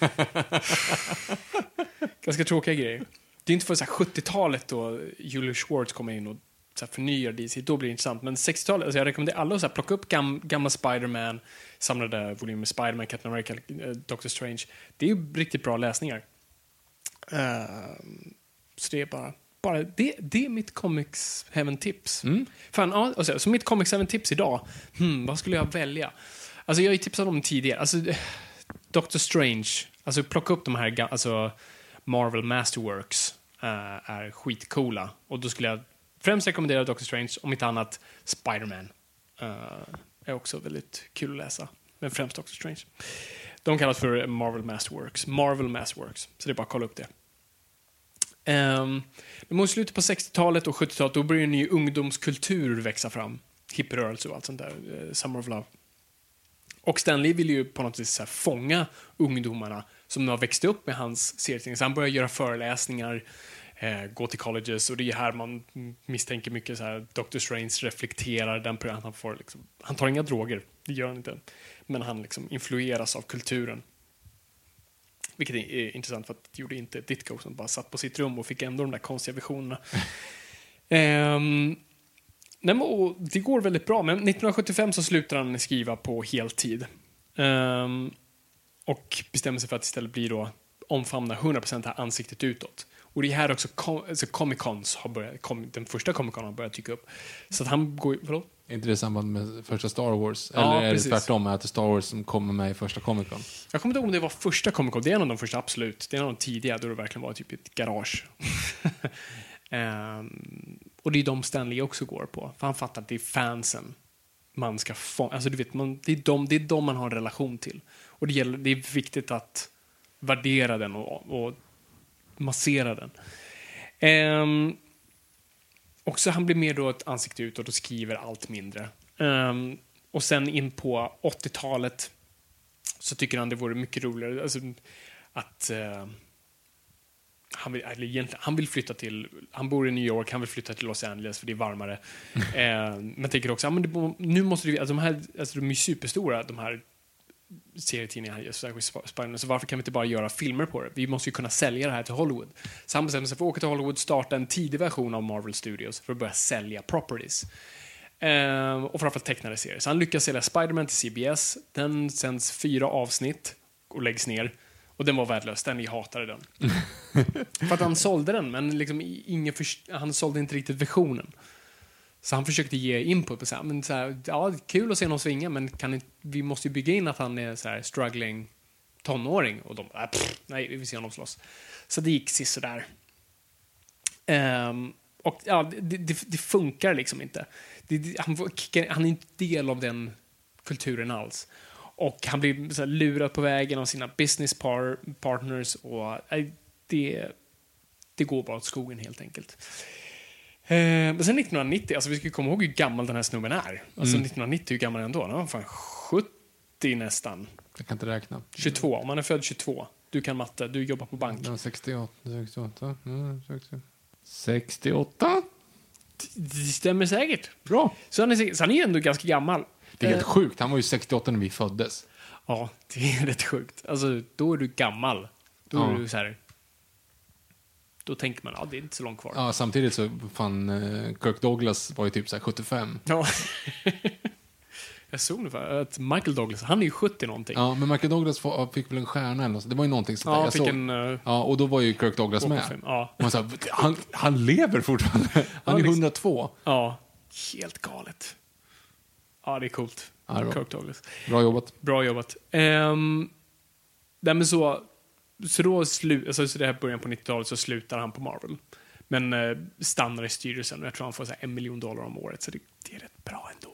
Ganska tråkiga grejer. Det är inte för så här 70-talet då Julius Schwartz kommer in och så här förnyar DC, då blir det intressant. Men 60-talet, alltså jag rekommenderar alla att så här plocka upp gamla Spider-Man, samlade volymer Spider-Man, Captain America, Doctor Strange. Det är ju riktigt bra läsningar. Så det är bara det är mitt Comics Heaven-tips. Fan, ja, alltså, så mitt Comics Heaven-tips idag, vad skulle jag välja? Alltså jag har ju tipsat om tidigare. Alltså Doctor Strange, alltså plocka upp de här alltså Marvel Masterworks är skitcoola. Och då skulle jag främst rekommendera Doctor Strange, om inte annat Spider-Man. Är också väldigt kul att läsa. Men främst Doctor Strange. De kallas för Marvel Masterworks. Så det är bara att kolla upp det. Mot slutet på 60-talet och 70-talet då börjar en ny ungdomskultur växa fram. Hippierörelse och allt sånt där. Summer of Love. Och Stan Lee vill ju på något vis så här fånga ungdomarna som har växt upp med hans serietidningar. Så han börjar göra föreläsningar, gå till colleges, och det är här man misstänker mycket så här Doctor Strange reflekterar den på han får liksom, han tar inga droger, det gör han inte, men han liksom influeras av kulturen, vilket är intressant för att det gjorde inte Ditko som bara satt på sitt rum och fick ändå de där konstiga visionerna. Nej, men, och det går väldigt bra, men 1975 så slutar han skriva på heltid. Och bestämmer sig för att istället bli då omfamna 100% här ansiktet utåt. Och det är här också Comic-Cons har börjat, den första Comic-Con har börjat tycka upp. Så att han går, förlåt? Är inte det i samband med första Star Wars? Ja, eller är precis. det tvärtom att det är Star Wars som kommer med i första Comic-Con? Jag kommer inte ihåg om det var första Comic-Con. Det är en av de första, absolut. Det är en av de tidiga då det verkligen var typ ett garage. Och det är de Stanley också går på. För han fattar att det är fansen man ska få. Alltså du vet, det är de man har en relation till. Och det är viktigt att värdera den och massera den. Också han blir mer då ett ansikte utåt och skriver allt mindre. Och sen in på 80-talet så tycker han det vore mycket roligare alltså, att han vill flytta till, han bor i New York, han vill flytta till Los Angeles för det är varmare. Men tänker också, nu måste vi, alltså de är superstora, de här serietidningarna, Spider-Man, så varför kan vi inte bara göra filmer på det? Vi måste ju kunna sälja det här till Hollywood. Så han bestämde sig för att åka till Hollywood, starta en tidig version av Marvel Studios för att börja sälja properties. Och framförallt tecknade serier. Så han lyckas sälja Spider-Man till CBS. Den sänds 4 avsnitt och läggs ner. Och den var värdelös. Den hatade den. För att han sålde den, men liksom han sålde inte riktigt versionen. Så han försökte ge input på så här, ja, kul att se någon svinga, men vi måste ju bygga in att han är så här struggling tonåring. Och de, nej, vi vill se honom slåss. Så det gick sådär. Och ja, det funkar liksom inte. Han är inte del av den kulturen alls. Och han blir så här lurad på vägen av sina business partners och det går bara åt skogen helt enkelt. Men sen 1990, alltså vi ska komma ihåg hur gammal den här snubben är. Alltså 1990, hur gammal är han då? Han var fan 70 nästan. Jag kan inte räkna. 22, om man är född 22. Du kan matte, du jobbar på bank. 68? Det stämmer säkert. Bra. Så han är ju ändå ganska gammal. Det är helt sjukt, han var ju 68 när vi föddes. Ja, det är rätt sjukt. Alltså, då är du gammal. Då är du så här. Då tänker man, ja, det är inte så långt kvar. Ja, samtidigt så Kirk Douglas var ju typ så här 75. Ja. Jag såg nu att Michael Douglas, han är ju 70 någonting. Ja, men Michael Douglas fick väl en stjärna eller något. Det var ju någonting sånt där. Ja, ja, och då var ju Kirk Douglas med. Ja. Man sa, han lever fortfarande. Han är 102. Ja, helt galet. Ja, det är coolt. Ja, Kirk Douglas. Bra jobbat. Bra jobbat. Så då så det här början på 90-talet så slutar han på Marvel. Men stannar i styrelsen och jag tror han får så här $1 million om året. Så det är rätt bra ändå.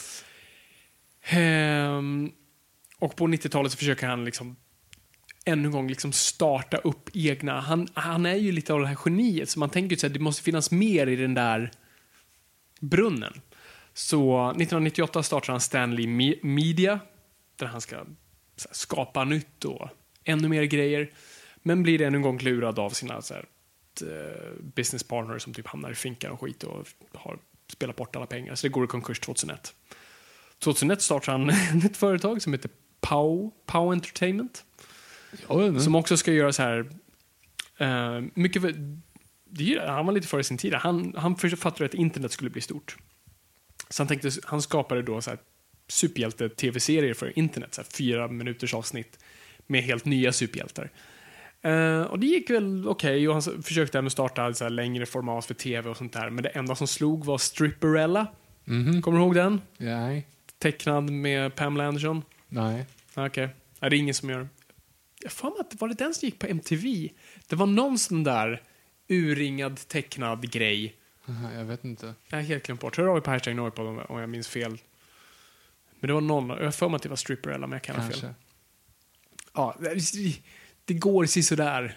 Och på 90-talet så försöker han liksom ännu en gång liksom starta upp egna. Han är ju lite av det här geniet. Så man tänker ju att det måste finnas mer i den där brunnen. Så 1998 startar han Stanley Media. Där han ska skapa nytt och ännu mer grejer. Men blir ännu en gång lurad av sina så här, business partners som typ hamnar i finkan och skit och har spelat bort alla pengar. Så det går i konkurs 2001. 2001 startar han ett företag som heter Pow Entertainment. Som också ska göra så här mycket. Han var lite före sin tid. Han fattade att internet skulle bli stort. Så han skapade då så här superhjälte-tv-serier för internet. Så här 4 minuters avsnitt med helt nya superhjältar. Och det gick väl okej. Och han försökte även starta så här längre format för tv och sånt där. Men det enda som slog var Stripperella. Kommer du ihåg den? Nej. Tecknad med Pamela Anderson? Nej. Okej. Det är ingen som gör. Jag får mig att var det den som gick på MTV? Det var någon sån där urringad tecknad grej. Jag vet inte. Jag är helt glömt bort. Hör av er på hashtag Norrpod om jag minns fel. Men det var någon. Jag får mig att det var Stripperella, men jag kan ha fel. Ja, det går sådär.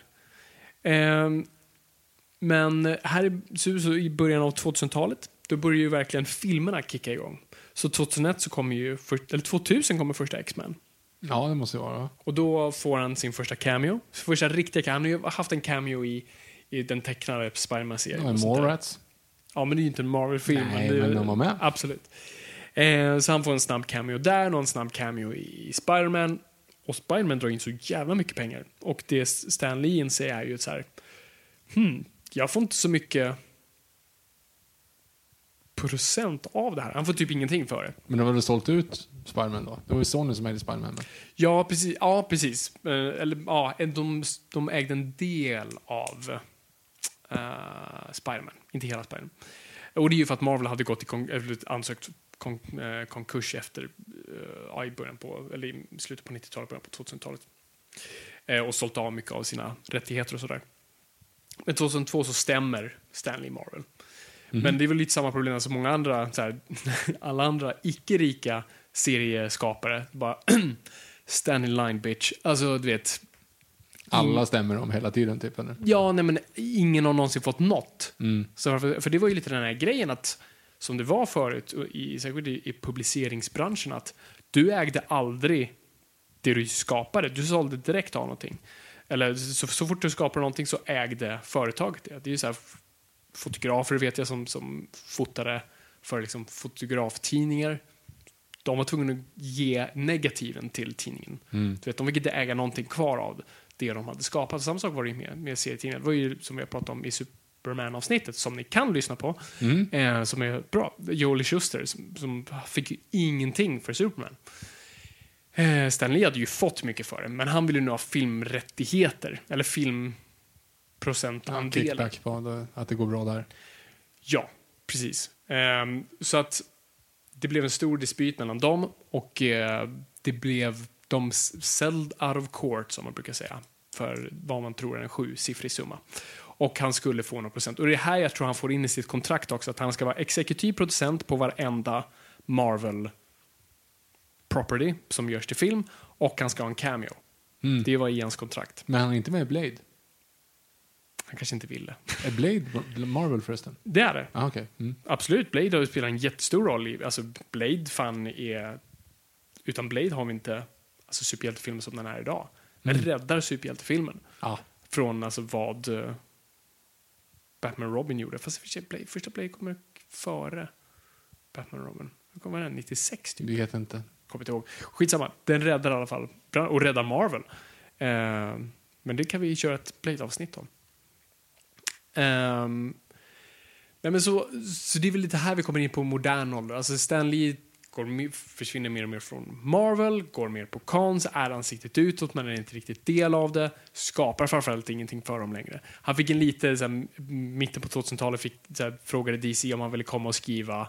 Men här så i början av 2000-talet då börjar ju verkligen filmerna kicka igång. Så 2001 så kommer ju 2000 kommer första X-Men. Ja, det måste vara. Och då får han sin första cameo. Första riktiga cameo. Han har ju haft en cameo i den tecknade Spider-Man-serien. Ja, Mallrats. Ja, men det är ju inte en Marvel-film. Nej, men de var med. Absolut. Så han får en snabb cameo där och en snabb cameo i Spider-Man. Och Spider-Man drar in så jävla mycket pengar. Och det Stan Lee inser är ju så här. Jag får inte så mycket % av det här. Han får typ ingenting för det. Men de hade sålt ut Spider-Man då? Det var ju Sony som ägde Spider-Man. Ja, precis. Ja, precis. De ägde en del av Spider-Man. Inte hela Spider-Man. Och det är ju för att Marvel hade gått ansökt konkurs efter i början på, eller i slutet på 90-talet, början på 2000-talet. Och sålt av mycket av sina rättigheter och sådär. Men 2002 så stämmer Stanley Marvel. Men det är väl lite samma problem som många andra, så här, alla andra icke-rika serieskapare. Bara Stanley line bitch. Alltså, du vet. Alla stämmer om hela tiden, typ. Eller? Ja, nej, men ingen har någonsin fått något. Så för det var ju lite den här grejen att, som det var förut, särskilt i publiceringsbranschen, att du ägde aldrig det du skapade. Du sålde direkt av någonting. Eller så fort du skapade någonting så ägde företaget det. Det är ju så här, fotografer vet jag som fotade för liksom fotograftidningar. De var tvungna att ge negativen till tidningen. Du vet, de fick inte äga någonting kvar av det de hade skapat. Samma sak var det med serietidningar. Det var ju som vi har pratat om i Superman-avsnittet som ni kan lyssna på. Som är bra. Joel Schuster som fick ju ingenting för Superman. Stan Lee hade ju fått mycket för det, men han ville nu ha filmrättigheter eller filmprocentandel. Kickback på att det går bra där. Ja, precis. Så att det blev en stor dispyt mellan dem och det blev de sold out of court, som man brukar säga, för vad man tror är en 7-siffrig summa. Och han skulle få några procent. Och det är här jag tror han får in i sitt kontrakt också, att han ska vara exekutiv producent på varenda Marvel property som görs till film, och han ska ha en cameo. Det var i hans kontrakt. Men han är inte med i Blade? Han kanske inte ville. Är Blade Marvel förresten? Det är det. Okay. Absolut, Blade har spelat en jättestor roll i, alltså Blade fan är, utan Blade har vi inte alltså superhjältefilmer som den är idag. Den räddar superhjältefilmen från alltså vad Batman och Robin gjorde. Fast första Blade kommer före Batman och Robin. Det kommer den 96 typ. Du vet inte. Kommer inte ihåg. Skitsamma. Den räddar i alla fall. Och räddar Marvel. Men det kan vi köra ett Blade-avsnitt om. Nej, men så det är väl lite här vi kommer in på modern ålder. Alltså Stan Lee försvinner mer och mer från Marvel, går mer på cons, är ansiktet utåt men är inte riktigt del av det, skapar framförallt ingenting för dem längre. Han fick en lite såhär, mitten på 2000-talet frågade DC om han ville komma och skriva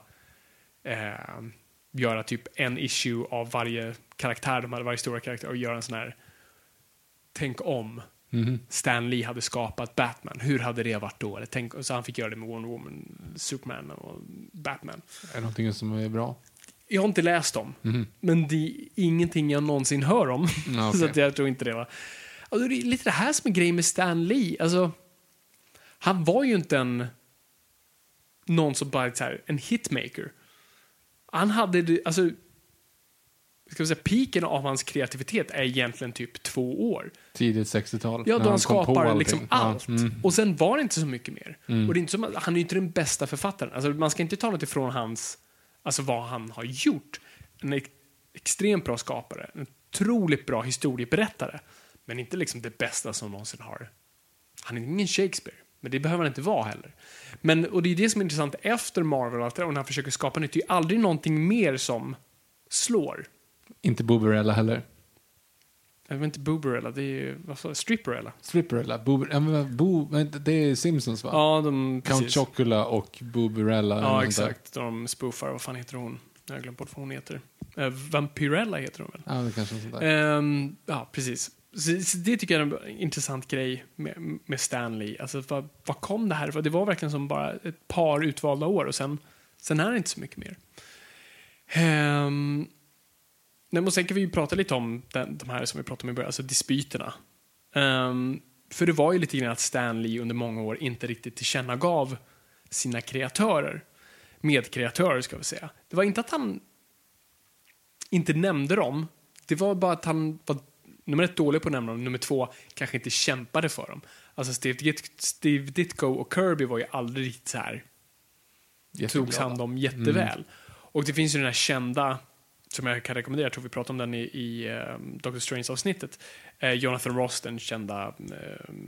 göra typ en issue av varje karaktär, de hade varje stora karaktär, och göra en sån här tänk om Stan Lee hade skapat Batman, hur hade det varit då? Eller så han fick göra det med Wonder Woman, Superman och Batman. Är det någonting som är bra? Jag har inte läst dem, men det är ingenting jag någonsin hör om. Okay. Så att jag tror inte det var. Alltså, det är lite det här som är grejen med Stan Lee. Alltså, han var ju inte någon som bara så här, en hitmaker. Han hade, alltså, ska vi säga, piken av hans kreativitet är egentligen typ 2 år. Tidigt 60-tal. Ja, då han skapar liksom allt. Och sen var det inte så mycket mer. Och det är inte som, han är ju inte den bästa författaren. Alltså, man ska inte ta något ifrån hans, alltså vad han har gjort. En extremt bra skapare. En otroligt bra historieberättare. Men inte liksom det bästa som någonsin har. Han är ingen Shakespeare. Men det behöver han inte vara heller. Men, och det är det som är intressant efter Marvel och när han försöker skapa nytt. Det är ju aldrig någonting mer som slår. Inte Booberella heller. Jag vet inte, Booberella, det är ju, vad sa jag, Stripperella? Stripperella, det är Simpsons va? Ja, Count Chocula och Booberella. Ja, exakt. De spoofar, vad fan heter hon? Jag har glömt bort vad hon heter. Vampyrella heter hon väl? Ja, det kanske är sånt där. Ja, precis. Så det tycker jag är en intressant grej med Stan Lee. Alltså, vad kom det här? För det var verkligen som bara ett par utvalda år och sen är det inte så mycket mer. Men sen kan vi ju prata lite om de här som vi pratade om i början, alltså dispyterna. För det var ju lite grann att Stan Lee under många år inte riktigt tillkännagav sina medkreatörer ska vi säga. Det var inte att han inte nämnde dem, det var bara att han var nummer 1 dålig på att nämna dem, nummer 2 kanske inte kämpade för dem. Alltså Steve Ditko och Kirby var ju aldrig så här togs hand om jätteväl. Och det finns ju den här kända som jag kan rekommendera, jag tror vi pratade om den i Doctor Strange-avsnittet. Jonathan Ross, den kända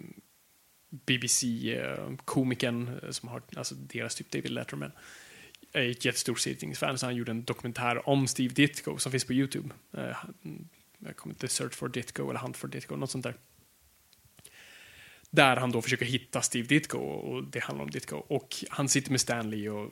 BBC-komikern som har alltså deras typ David Letterman. är ett jättestort Steve Ditko-fan, så han gjorde en dokumentär om Steve Ditko som finns på YouTube. Jag kommer inte Search for Ditko eller Hunt for Ditko, något sånt där. Där han då försöker hitta Steve Ditko och det handlar om Ditko. Och han sitter med Stan Lee och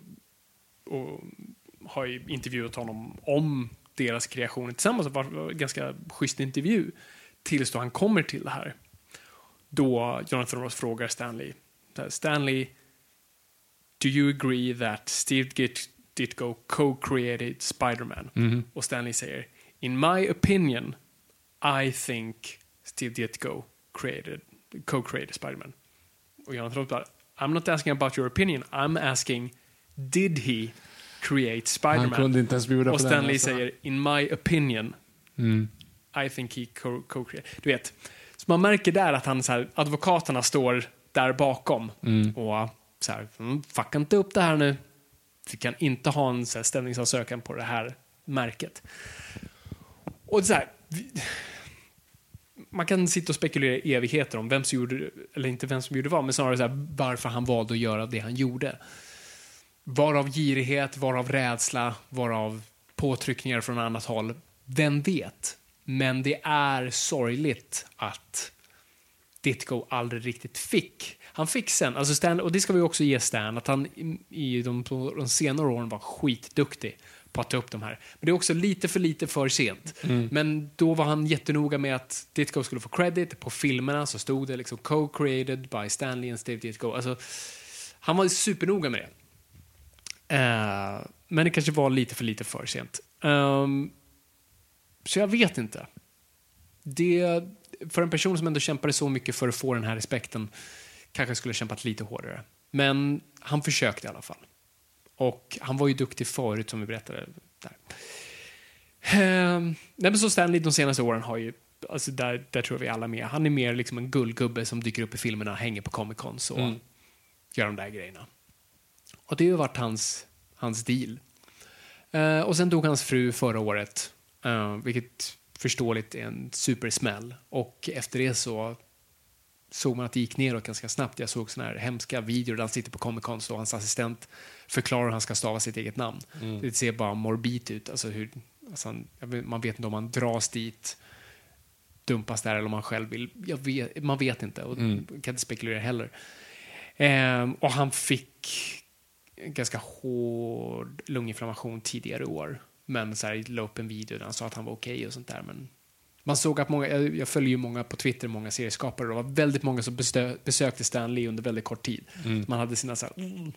har ju intervjuat honom om deras kreationer tillsammans. Det var en ganska schysst intervju tills då han kommer till det här. Då Jonathan Ross frågar Stan Lee, do you agree that Steve Ditko co-created Spider-Man? Och Stan Lee säger, in my opinion, I think Steve Ditko co-created Spider-Man. Och Jonathan Ross bara, I'm not asking about your opinion, I'm asking, did he create Spider-Man? Han kunde inte ens bjuda på och den, Stan Lee alltså. säger, in my opinion, I think he co-created. Du vet, så man märker där att han så här, advokaterna står där bakom och så här, fucka inte upp det här nu. Vi kan inte ha en så här, stämningsansökan på det här märket. Och så här, man kan sitta och spekulera i evigheter om vem som gjorde, eller inte vem som gjorde vad, men snarare så här, varför han valde att göra det han gjorde. Varav girighet, varav rädsla, varav påtryckningar från annat håll. Vem vet? Men det är sorgligt att Ditko aldrig riktigt fick. Han fick sen, alltså Stan, och det ska vi också ge Stan, att han i de senare åren var skitduktig på att ta upp de här. Men det är också lite för sent. Men då var han jättenoga med att Ditko skulle få credit. På filmerna så stod det liksom co-created by Stan Lee and Steve Ditko. Alltså, han var supernoga med det. Men det kanske var lite för sent. Så jag vet inte. Det, för en person som ändå kämpade så mycket för att få den här respekten, kanske skulle ha kämpat lite hårdare. Men han försökte i alla fall. Och han var ju duktig förut, som vi berättade där. Nej, men så Stan Lee de senaste åren har ju, alltså där tror vi alla med. Han är mer liksom en guldgubbe som dyker upp i filmerna, hänger på Comic-Cons och gör de där grejerna. Och det har ju varit hans deal. Och sen dog hans fru förra året, vilket förståeligt är en supersmäll. Och efter det så såg man att det gick neråt ganska snabbt. Jag såg såna här hemska videor där han sitter på Comic-Con och hans assistent förklarar hur han ska stava sitt eget namn. Det ser bara morbid ut. Alltså man vet inte om man dras dit, dumpas där, eller om man själv vill. Man vet inte och kan inte spekulera heller. Och han fick en ganska hård lunginflammation tidigare år. Men så här, la upp en video där han sa att han var okej och sånt där. Men man såg att jag följer ju många på Twitter, många serieskapare. Det var väldigt många som besökte Stan Lee under väldigt kort tid. Man hade sina så här,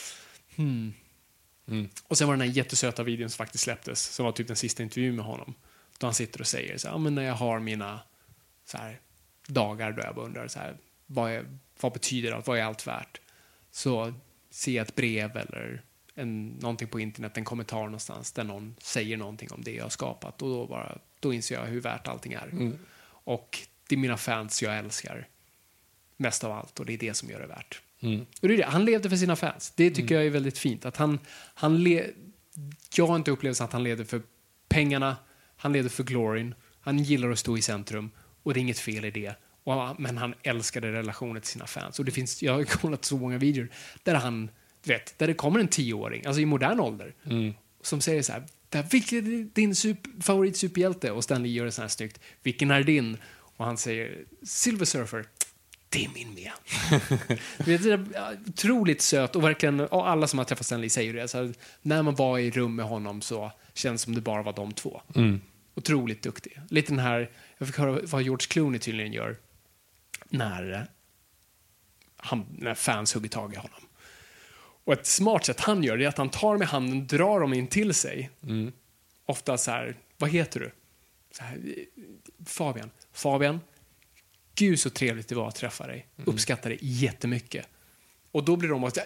Och sen var den här jättesöta videon som faktiskt släpptes, som var typ den sista intervjun med honom. Då han sitter och säger så här, men när jag har mina så här, dagar då jag undrar så här, vad betyder allt, vad är allt värt? Så ser jag ett brev eller någonting på internet, en kommentar någonstans där någon säger någonting om det jag har skapat, och då inser jag hur värt allting är. Och det är mina fans jag älskar mest av allt, och det är det som gör det värt. Och det är det. Han levde för sina fans. Det tycker jag är väldigt fint. Att jag har inte upplevt att han levde för pengarna, han levde för gloryn, han gillar att stå i centrum, och det är inget fel i det. Men han älskade relationen till sina fans. Och jag har kollat så många videor där där det kommer en 10-åring, alltså i modern ålder, som säger så här, vilken är din favorit superhjälte? Och Stan Lee gör det så här snyggt. Vilken är din? Och han säger, Silver Surfer. Det är min med. Det är otroligt söt, och verkligen, och alla som har träffat Stan Lee säger det. Så här, när man var i rum med honom så känns det som det bara var de två. Otroligt duktig. Lite den här, jag fick höra vad George Clooney tydligen gör när fans hugger tag i honom. Och ett smart sätt han gör är att han tar med handen, drar dem in till sig. Ofta så här, vad heter du? Så här, Fabian, gud så trevligt det var att träffa dig. Uppskattar det jättemycket. Och då blir de bara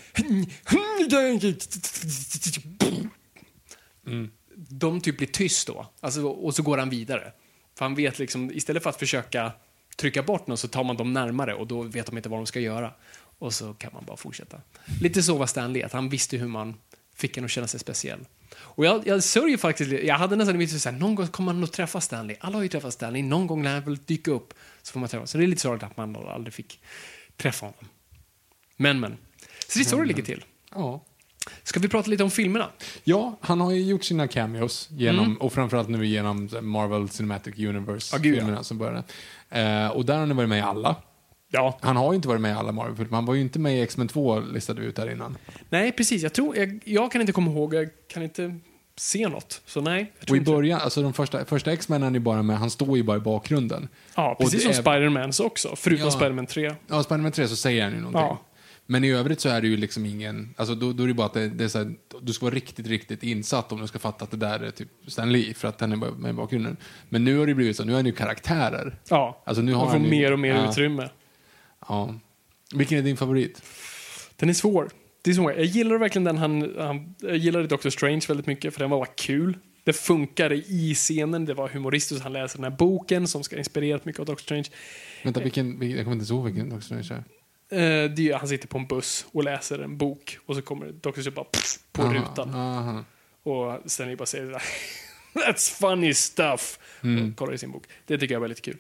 de typ blir tyst då. Alltså, och så går han vidare. För han vet liksom, istället för att försöka trycka bort någon, så tar man dem närmare, och då vet de inte vad de ska göra. Och så kan man bara fortsätta. Lite så var Stan Lee, att han visste hur man fick en att känna sig speciell. Och jag sörjer faktiskt, jag hade nästan lite så här, någon gång kommer man nog träffa Stan Lee. Alla har ju träffat Stan Lee, någon gång när han väl dyka upp så får man träffa. Så det är lite sorgligt att man aldrig fick träffa honom. Men. Så det är så det ligger till. Ja. Ska vi prata lite om filmerna? Ja, han har ju gjort sina cameos genom, och framförallt nu genom Marvel Cinematic Universe-filmerna som började. Och där har han varit med i alla. Ja. Han har ju inte varit med i alla Marvel, han var ju inte med i X-Men 2 listade vi ut där innan. Nej, precis. Jag kan inte komma ihåg, jag kan inte se något. Så nej. Och i början, alltså de första X-Men är bara med, han står ju bara i bakgrunden. Ja, precis som Spider-Mans också, förutom Spider-Man 3. Ja, Spider-Man 3 så säger han ju någonting. Ja. Men i övrigt så är det ju liksom ingen, alltså då är det bara att det är så här, du ska vara riktigt insatt om du ska fatta att det där är typ Stan Lee för att den är med i bakgrunden. Men nu har det blivit så, nu är det ju karaktärer. Ja, alltså nu har man får mer och mer utrymme. Ja. Vilken är din favorit? Den är svår. Det är svår. Jag gillar verkligen den jag gillade Doctor Strange väldigt mycket för den var kul. Det funkade i scenen, det var humoristiskt. Han läser den här boken som ska inspirerat mycket av Doctor Strange. Vänta, jag kommer inte ihåg vilken Doctor Strange är. Han sitter på en buss och läser en bok och så kommer Doctor Strange bara på rutan. Och sen bara säger that's funny stuff. Och kollar i sin bok. Det tycker jag är väldigt kul.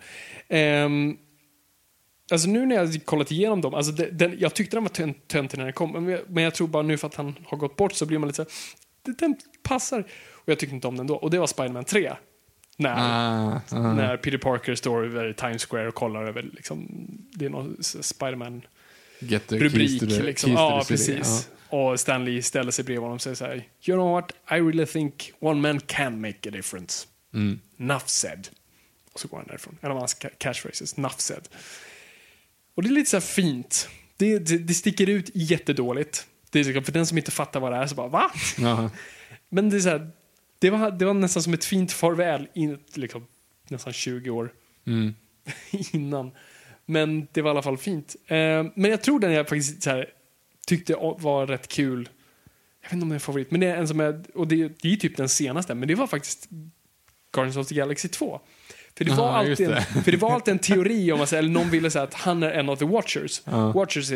Alltså nu när jag kollat igenom dem, alltså jag tyckte den var töntig när den kom, men jag tror bara nu för att han har gått bort så blir man lite så här, den passar. Och jag tyckte inte om den då. Och det var Spider-Man 3. När Peter Parker står över Times Square och kollar över liksom, det är någon Spider-Man-rubrik liksom. Ja, precis. Ja. Och Stan Lee ställer sig bredvid honom och säger så här, you know what, I really think one man can make a difference. Enough said. Och så går han därifrån. En av hans catchphrases, enough said. Och det är lite så här fint. Det sticker ut jättedåligt. Det är för den som inte fattar vad det är så bara, va? Men det är så här, det var nästan som ett fint farväl in, liksom, nästan 20 år innan. Men det var i alla fall fint. Men jag tror den jag faktiskt så här, tyckte var rätt kul. Jag vet inte om det är en favorit, men det är en som är, och det är typ den senaste, men det var faktiskt Guardians of the Galaxy 2. För det var alltid en teori om att eller någon ville säga att han är en av the Watchers. Watchers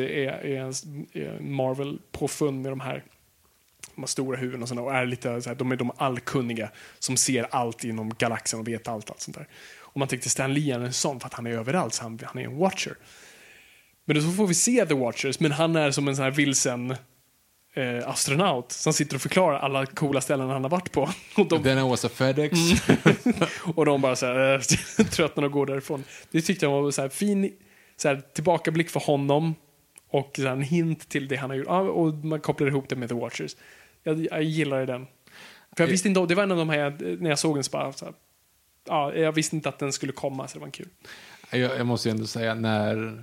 är Marvel påfund med de här stora huvuden och sådana, och är lite så här, de är de allkunniga som ser allt inom galaxen och vet allt sånt där. Och man tyckte Stan Lee är en sån för att han är överallt, så han är en Watcher. Men då så får vi se the Watchers, men han är som en sån här vilsen astronaut som sitter och förklarar alla coola ställen han har varit på. Och den är också FedEx. Och de bara så här tröttnar och går därifrån. Det tyckte jag var så här fin så här, tillbakablick för honom och så här, en hint till det han har gjort. Och man kopplar ihop det med The Watchers. Jag gillar den. För jag visste inte, det var en av de här när jag såg den så bara så här, jag visste inte att den skulle komma, så det var kul. Jag måste ju ändå säga när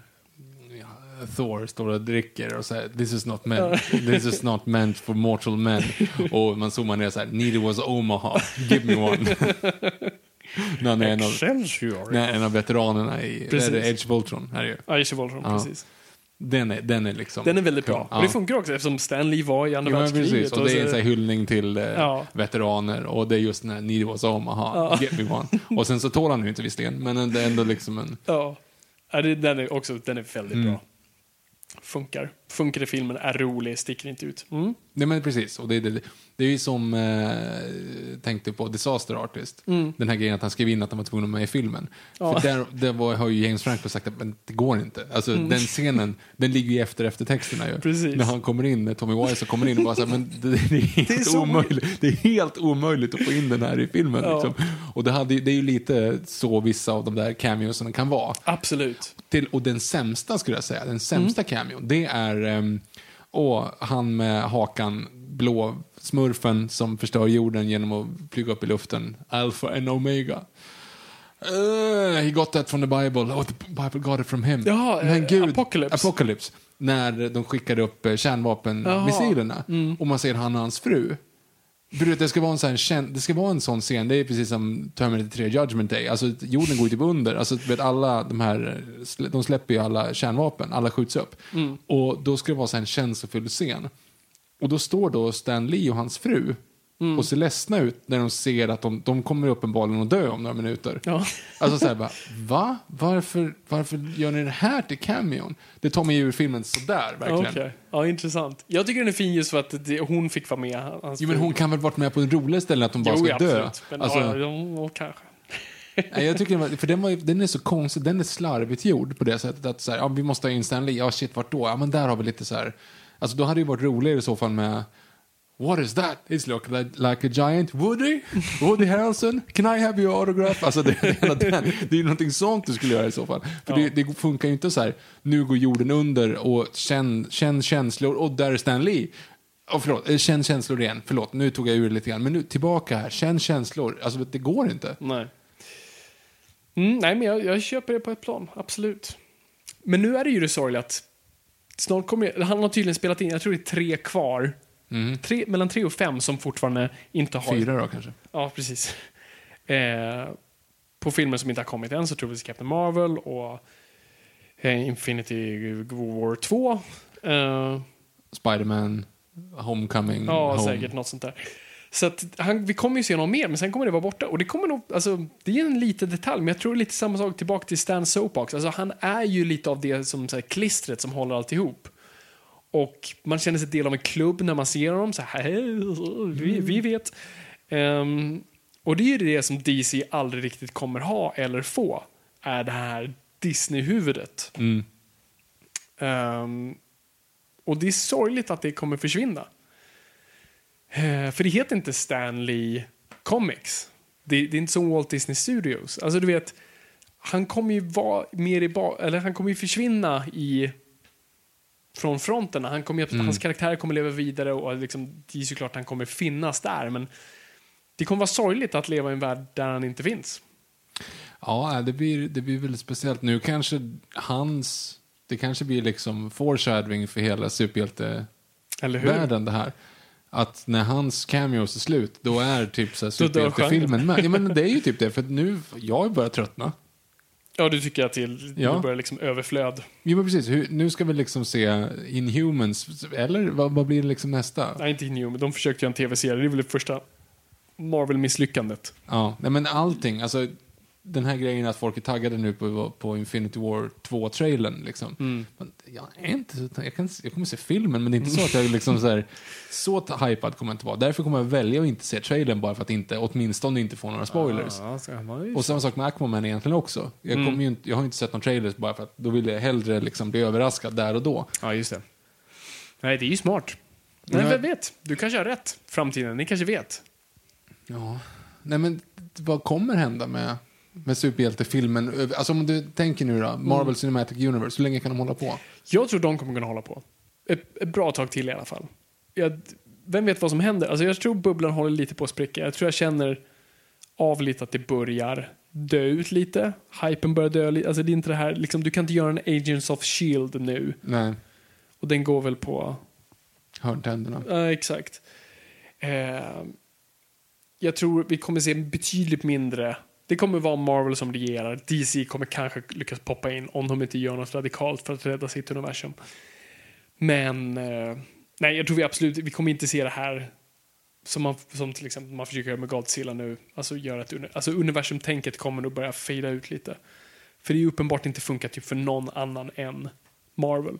Thor står och dricker och säger this is not meant for mortal men, och man zoomar ner så här, neither was Omaha, give me one. när han är en av veteranerna i Age of Ultron här ju. Age of Ultron, precis. Den är liksom, den är väldigt bra. Och det funkar också eftersom Stan Lee var i andra världskriget. Och det är en sån här hyllning till veteraner, och det är just den här neither was Omaha, give me one. Och sen så tål han ju inte visserligen, men det är ändå liksom en den är väldigt bra. Funkar i filmen, är rolig, sticker inte ut. Nej, men precis, och det är ju som tänkte på Disaster Artist, den här grejen att han skrev in att han var tvungen att med i filmen. För har ju James Franco sagt att men det går inte. Alltså den scenen, den ligger ju efter texterna ju. Precis. När han kommer in, när Tommy Wiseau kommer in och bara så här, men det är helt omöjligt. Det är helt omöjligt att få in den här i filmen liksom. Och det är ju lite så vissa av de där cameosarna kan vara. Absolut. Och den sämsta skulle jag säga, den sämsta cameo, det är han med hakan, blå smurfen som förstör jorden genom att flyga upp i luften, Alpha and Omega. He got that from the Bible. The Bible got it from him. Men gud, Apocalypse. När de skickade upp kärnvapenmissilerna och man ser han och hans fru. Det ska vara en sån scen. Det är precis som Terminator 3 Judgment Day. Alltså jorden går typ under. Alltså vet alla de här, de släpper ju alla kärnvapen. Alla skjuts upp. Och då ska det vara så en känslofull scen. Och då står då Stan Lee och hans fru och ser ledsna ut när de ser att de kommer uppenbarligen att dö om några minuter. Alltså såhär bara, va? Varför gör ni det här till cameon? Det tar mig ur filmen sådär, verkligen. Okay. Ja, intressant. Jag tycker den är fin just för att hon fick vara med. Men hon kan väl varit med på en rolig ställe att hon bara ska dö. Men, alltså, kanske. Jag tycker för den är så konstig, den är slarvigt gjord på det sättet att så här, vi måste ha in Stan Lee. Shit, vart då? Men där har vi lite så här. Alltså då hade det ju varit roligare i så fall med What is that? It's look like a giant Woody Harrelson. Can I have your autograph? Alltså det är ju någonting sånt du skulle göra i så fall. För det funkar ju inte så här, nu går jorden under och känn känslor och där är Stan Lee. Känn känslor igen. Förlåt, nu tog jag ur lite grann. Men nu tillbaka här. Känn känslor. Alltså det går inte. Nej. Nej, men jag köper det på ett plan. Absolut. Men nu är det ju det sorgliga att snart kommer... Han har tydligen spelat in, jag tror det är 3 kvar. Mellan 3 och 5 som fortfarande inte har... 4 då kanske. Ja, precis. På filmer som inte har kommit än så tror vi Captain Marvel och Infinity War 2. Spider-Man, Homecoming. Ja, säkert något sånt där. Så att vi kommer ju se något mer, men sen kommer det vara borta. Och det kommer nog, alltså, det är en liten detalj, men jag tror det är lite samma sak tillbaka till Stan Soapbox. Alltså han är ju lite av det som så här, klistret som håller allt ihop. Och man känner sig del av en klubb när man ser honom. Så här, vi vet. Och det är ju det som DC aldrig riktigt kommer ha eller få. Är det här Disney-huvudet. Och det är sorgligt att det kommer försvinna. För det heter inte Stan Lee Comics. Det är inte som Walt Disney Studios. Alltså du vet, han kommer ju vara mer eller han kommer ju försvinna från fronten. Hans karaktär kommer leva vidare och liksom, det är såklart han kommer finnas där, men det kommer vara sorgligt att leva i en värld där han inte finns. Ja, det blir väldigt speciellt. Nu kanske det kanske blir liksom foreshadowing för hela superhjältevärlden det här. Att när hans cameos är slut, då är typ så här superhjältefilmen med. Ja, men det är ju typ det, för nu jag börjar tröttna. Ja, du tycker att det börjar liksom överflöd. Jo, men precis. Nu ska vi liksom se Inhumans, eller vad blir det liksom nästa? Nej, inte Inhumans. De försökte göra en tv-serie. Det är väl det första Marvel-misslyckandet. Ja, nej, men allting. Alltså, den här grejen att folk är taggade nu på Infinity War 2-trailern liksom. Men jag är inte så, jag kommer se filmen, men det är inte så att jag liksom så hypad kommer jag inte vara. Därför kommer jag välja att inte se trailern bara för att åtminstone inte få några spoilers. Och samma sak med Aquaman egentligen också. Jag har inte sett någon trailers bara för att då vill jag hellre liksom bli överraskad där och då. Ja, just det. Nej, det är ju smart. Men vem vet? Du kanske har rätt. Framtiden, ni kanske vet. Ja. Nej, men vad kommer hända med superhjältefilmen? Alltså om du tänker nu då, Marvel Cinematic Universe, hur länge kan de hålla på? Jag tror de kommer kunna hålla på. Ett bra tag till i alla fall. Vem vet vad som händer? Alltså jag tror bubblan håller lite på att spricka. Jag tror jag känner av lite att det börjar dö ut lite. Hypen börjar dö lite. Alltså det är inte det här, liksom, du kan inte göra en Agents of S.H.I.E.L.D. nu. Nej. Och den går väl på... hörntänderna. Exakt. Jag tror vi kommer se betydligt mindre. Det kommer vara Marvel som regerar. DC kommer kanske lyckas poppa in om de inte gör något radikalt för att rädda sitt universum. Men nej, jag tror vi kommer inte se det här som till exempel man försöker göra med Godzilla nu. Alltså universumtänket kommer nog börja fejda ut lite. För det är uppenbart inte funkat typ för någon annan än Marvel.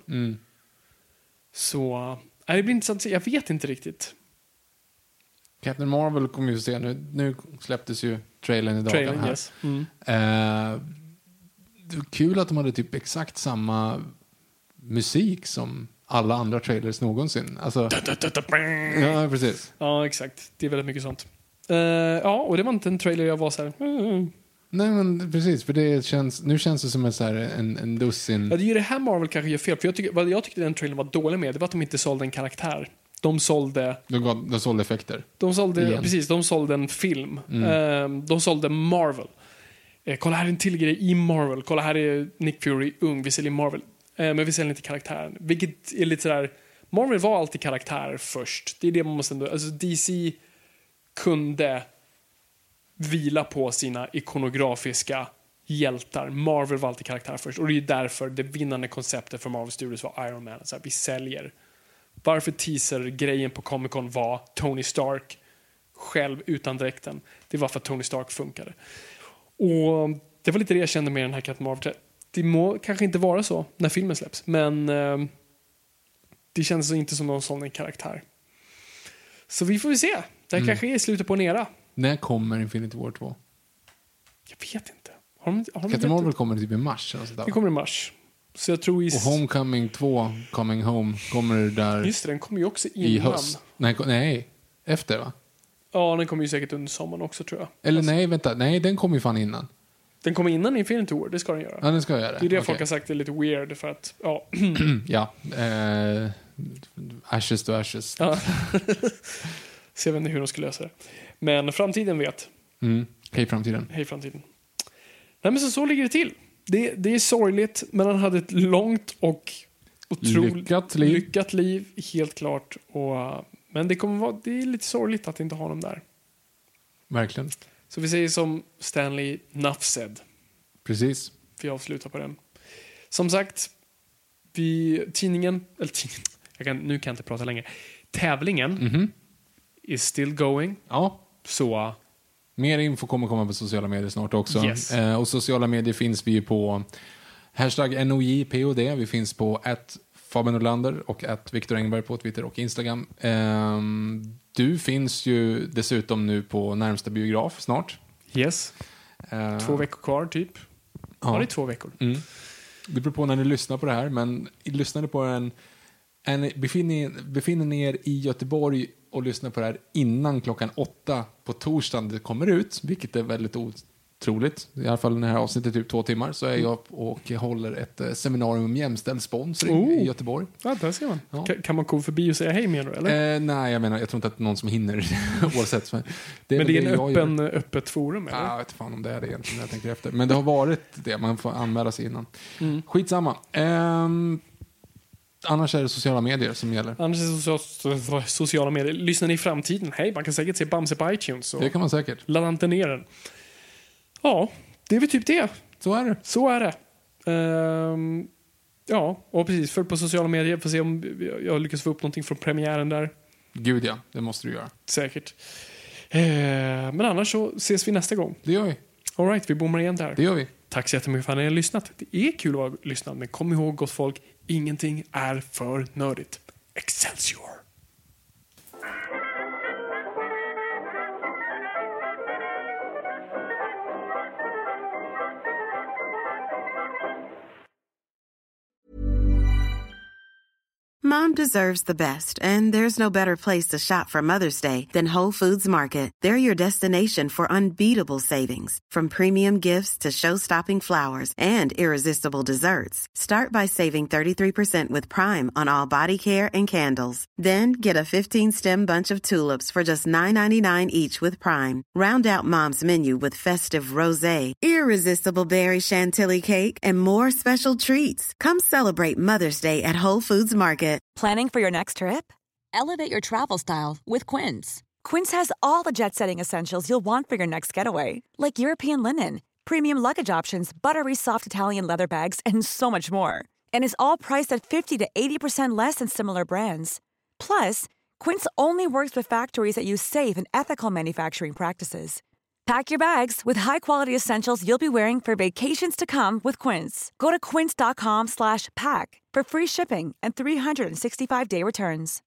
Så det blir intressant att se. Jag vet inte riktigt. Captain Marvel kommer ju se nu släpptes ju trailern idag. Yes. Det var kul att de hade typ exakt samma musik som alla andra trailers någonsin. Alltså, ja, precis. Ja, exakt. Det är väldigt mycket sånt. Ja, och det var inte en trailer jag var så här. Nej, men precis, för nu känns det som en dussin. Ja, det är ju det här Marvel kanske gör fel, för vad jag tyckte den trailern var dålig med, det var att de inte sålde en karaktär. De sålde effekter. De sålde en film. De sålde Marvel. Kolla, här är en till grej i Marvel. Kolla, här är Nick Fury ung. Vi säljer Marvel. Men vi säljer inte karaktären. Vilket är lite sådär... Marvel var alltid karaktär först. Det är det man måste ändå... Alltså DC kunde vila på sina ikonografiska hjältar. Marvel var alltid karaktär först. Och det är därför det vinnande konceptet för Marvel Studios var Iron Man. Så här, vi säljer. Varför teaser-grejen på Comic-Con var Tony Stark själv utan dräkten. Det var för att Tony Stark funkade. Och det var lite det jag kände med den här Captain Marvel. Det må kanske inte vara så när filmen släpps. Men det känns inte som någon sån karaktär. Så vi får se. Det här kanske är i slutet på en era. När kommer Infinity War 2? Jag vet inte. Har de Captain Marvel kommer typ i mars. Det kommer i mars. Så jag tror Och Homecoming 2, Coming Home, kommer där just det, den kommer ju också i innan. höst. Nej, efter va? Ja, den kommer ju säkert under sommaren också tror jag. Eller nej, vänta. Nej, den kommer ju fan innan. Den kommer innan Infinity War, det ska den göra. Ja, den ska göra. Det är det folk har sagt är lite weird för att, ja. Ja. Ashes to ashes. Ja. Så jag vet inte hur de ska lösa det. Men framtiden vet. Hej framtiden. Hej framtiden. Nej men så ligger det till. Det är sorgligt, men han hade ett långt och otroligt lyckat liv, helt klart. Men det är lite sorgligt att inte ha dem där. Verkligen. Så vi säger som Stanley Nuffsed. Precis. Vi avslutar på den. Som sagt, nu kan jag inte prata längre. Tävlingen is still going. Ja. Så mer info kommer komma på sociala medier snart också. Yes. Och sociala medier finns vi på #NOJPOD. Vi finns på @FabianNordlander och @Viktor Engberg på Twitter och Instagram. Du finns ju dessutom nu på närmsta biograf snart. yes. 2 veckor kvar typ. Ja, det är 2 veckor. Det beror på när ni lyssnar på det här, men lyssnar ni på befinner ni er i Göteborg och lyssnar på det här innan 8:00 på torsdagen det kommer ut, vilket är väldigt otroligt. I alla fall när det här avsnittet är typ 2 timmar, så är jag och håller ett seminarium om jämställd sponsring i Göteborg. Ja, där ser man. Ja. Kan man komma förbi och säga hej med då, eller? Nej, jag tror inte att någon som hinner oavsett. Men det är en öppet forum, eller? Jag vet fan om det är det egentligen när jag tänker efter. Men det har varit det, man får anmäla sig innan. Skitsamma. Annars är det sociala medier som gäller. Annars är det sociala medier. Lyssnar ni i framtiden? Hej, man kan säkert se Bamse på iTunes. Det kan man säkert. Ladda inte ner den. Ja, det är väl typ det. Så är det. Ja, och precis. Följ på sociala medier för att se om jag lyckas få upp någonting från premiären där. Gud ja, det måste du göra. Säkert. Men annars så ses vi nästa gång. Det gör vi. All right, vi bommar igen där. Det gör vi. Tack så jättemycket för att ni har lyssnat. Det är kul att ha lyssnat, men kom ihåg gott folk, ingenting är för nördigt. Excelsior! Mom deserves the best, and there's no better place to shop for Mother's Day than Whole Foods Market. They're your destination for unbeatable savings, from premium gifts to show-stopping flowers and irresistible desserts. Start by saving 33% with Prime on all body care and candles. Then get a 15-stem bunch of tulips for just $9.99 each with Prime. Round out Mom's menu with festive rosé, irresistible berry chantilly cake, and more special treats. Come celebrate Mother's Day at Whole Foods Market. Planning for your next trip? Elevate your travel style with Quince. Quince has all the jet-setting essentials you'll want for your next getaway, like European linen, premium luggage options, buttery soft Italian leather bags, and so much more. And is all priced at 50 to 80% less than similar brands. Plus, Quince only works with factories that use safe and ethical manufacturing practices. Pack your bags with high-quality essentials you'll be wearing for vacations to come with Quince. Go to quince.com/pack for free shipping and 365-day returns.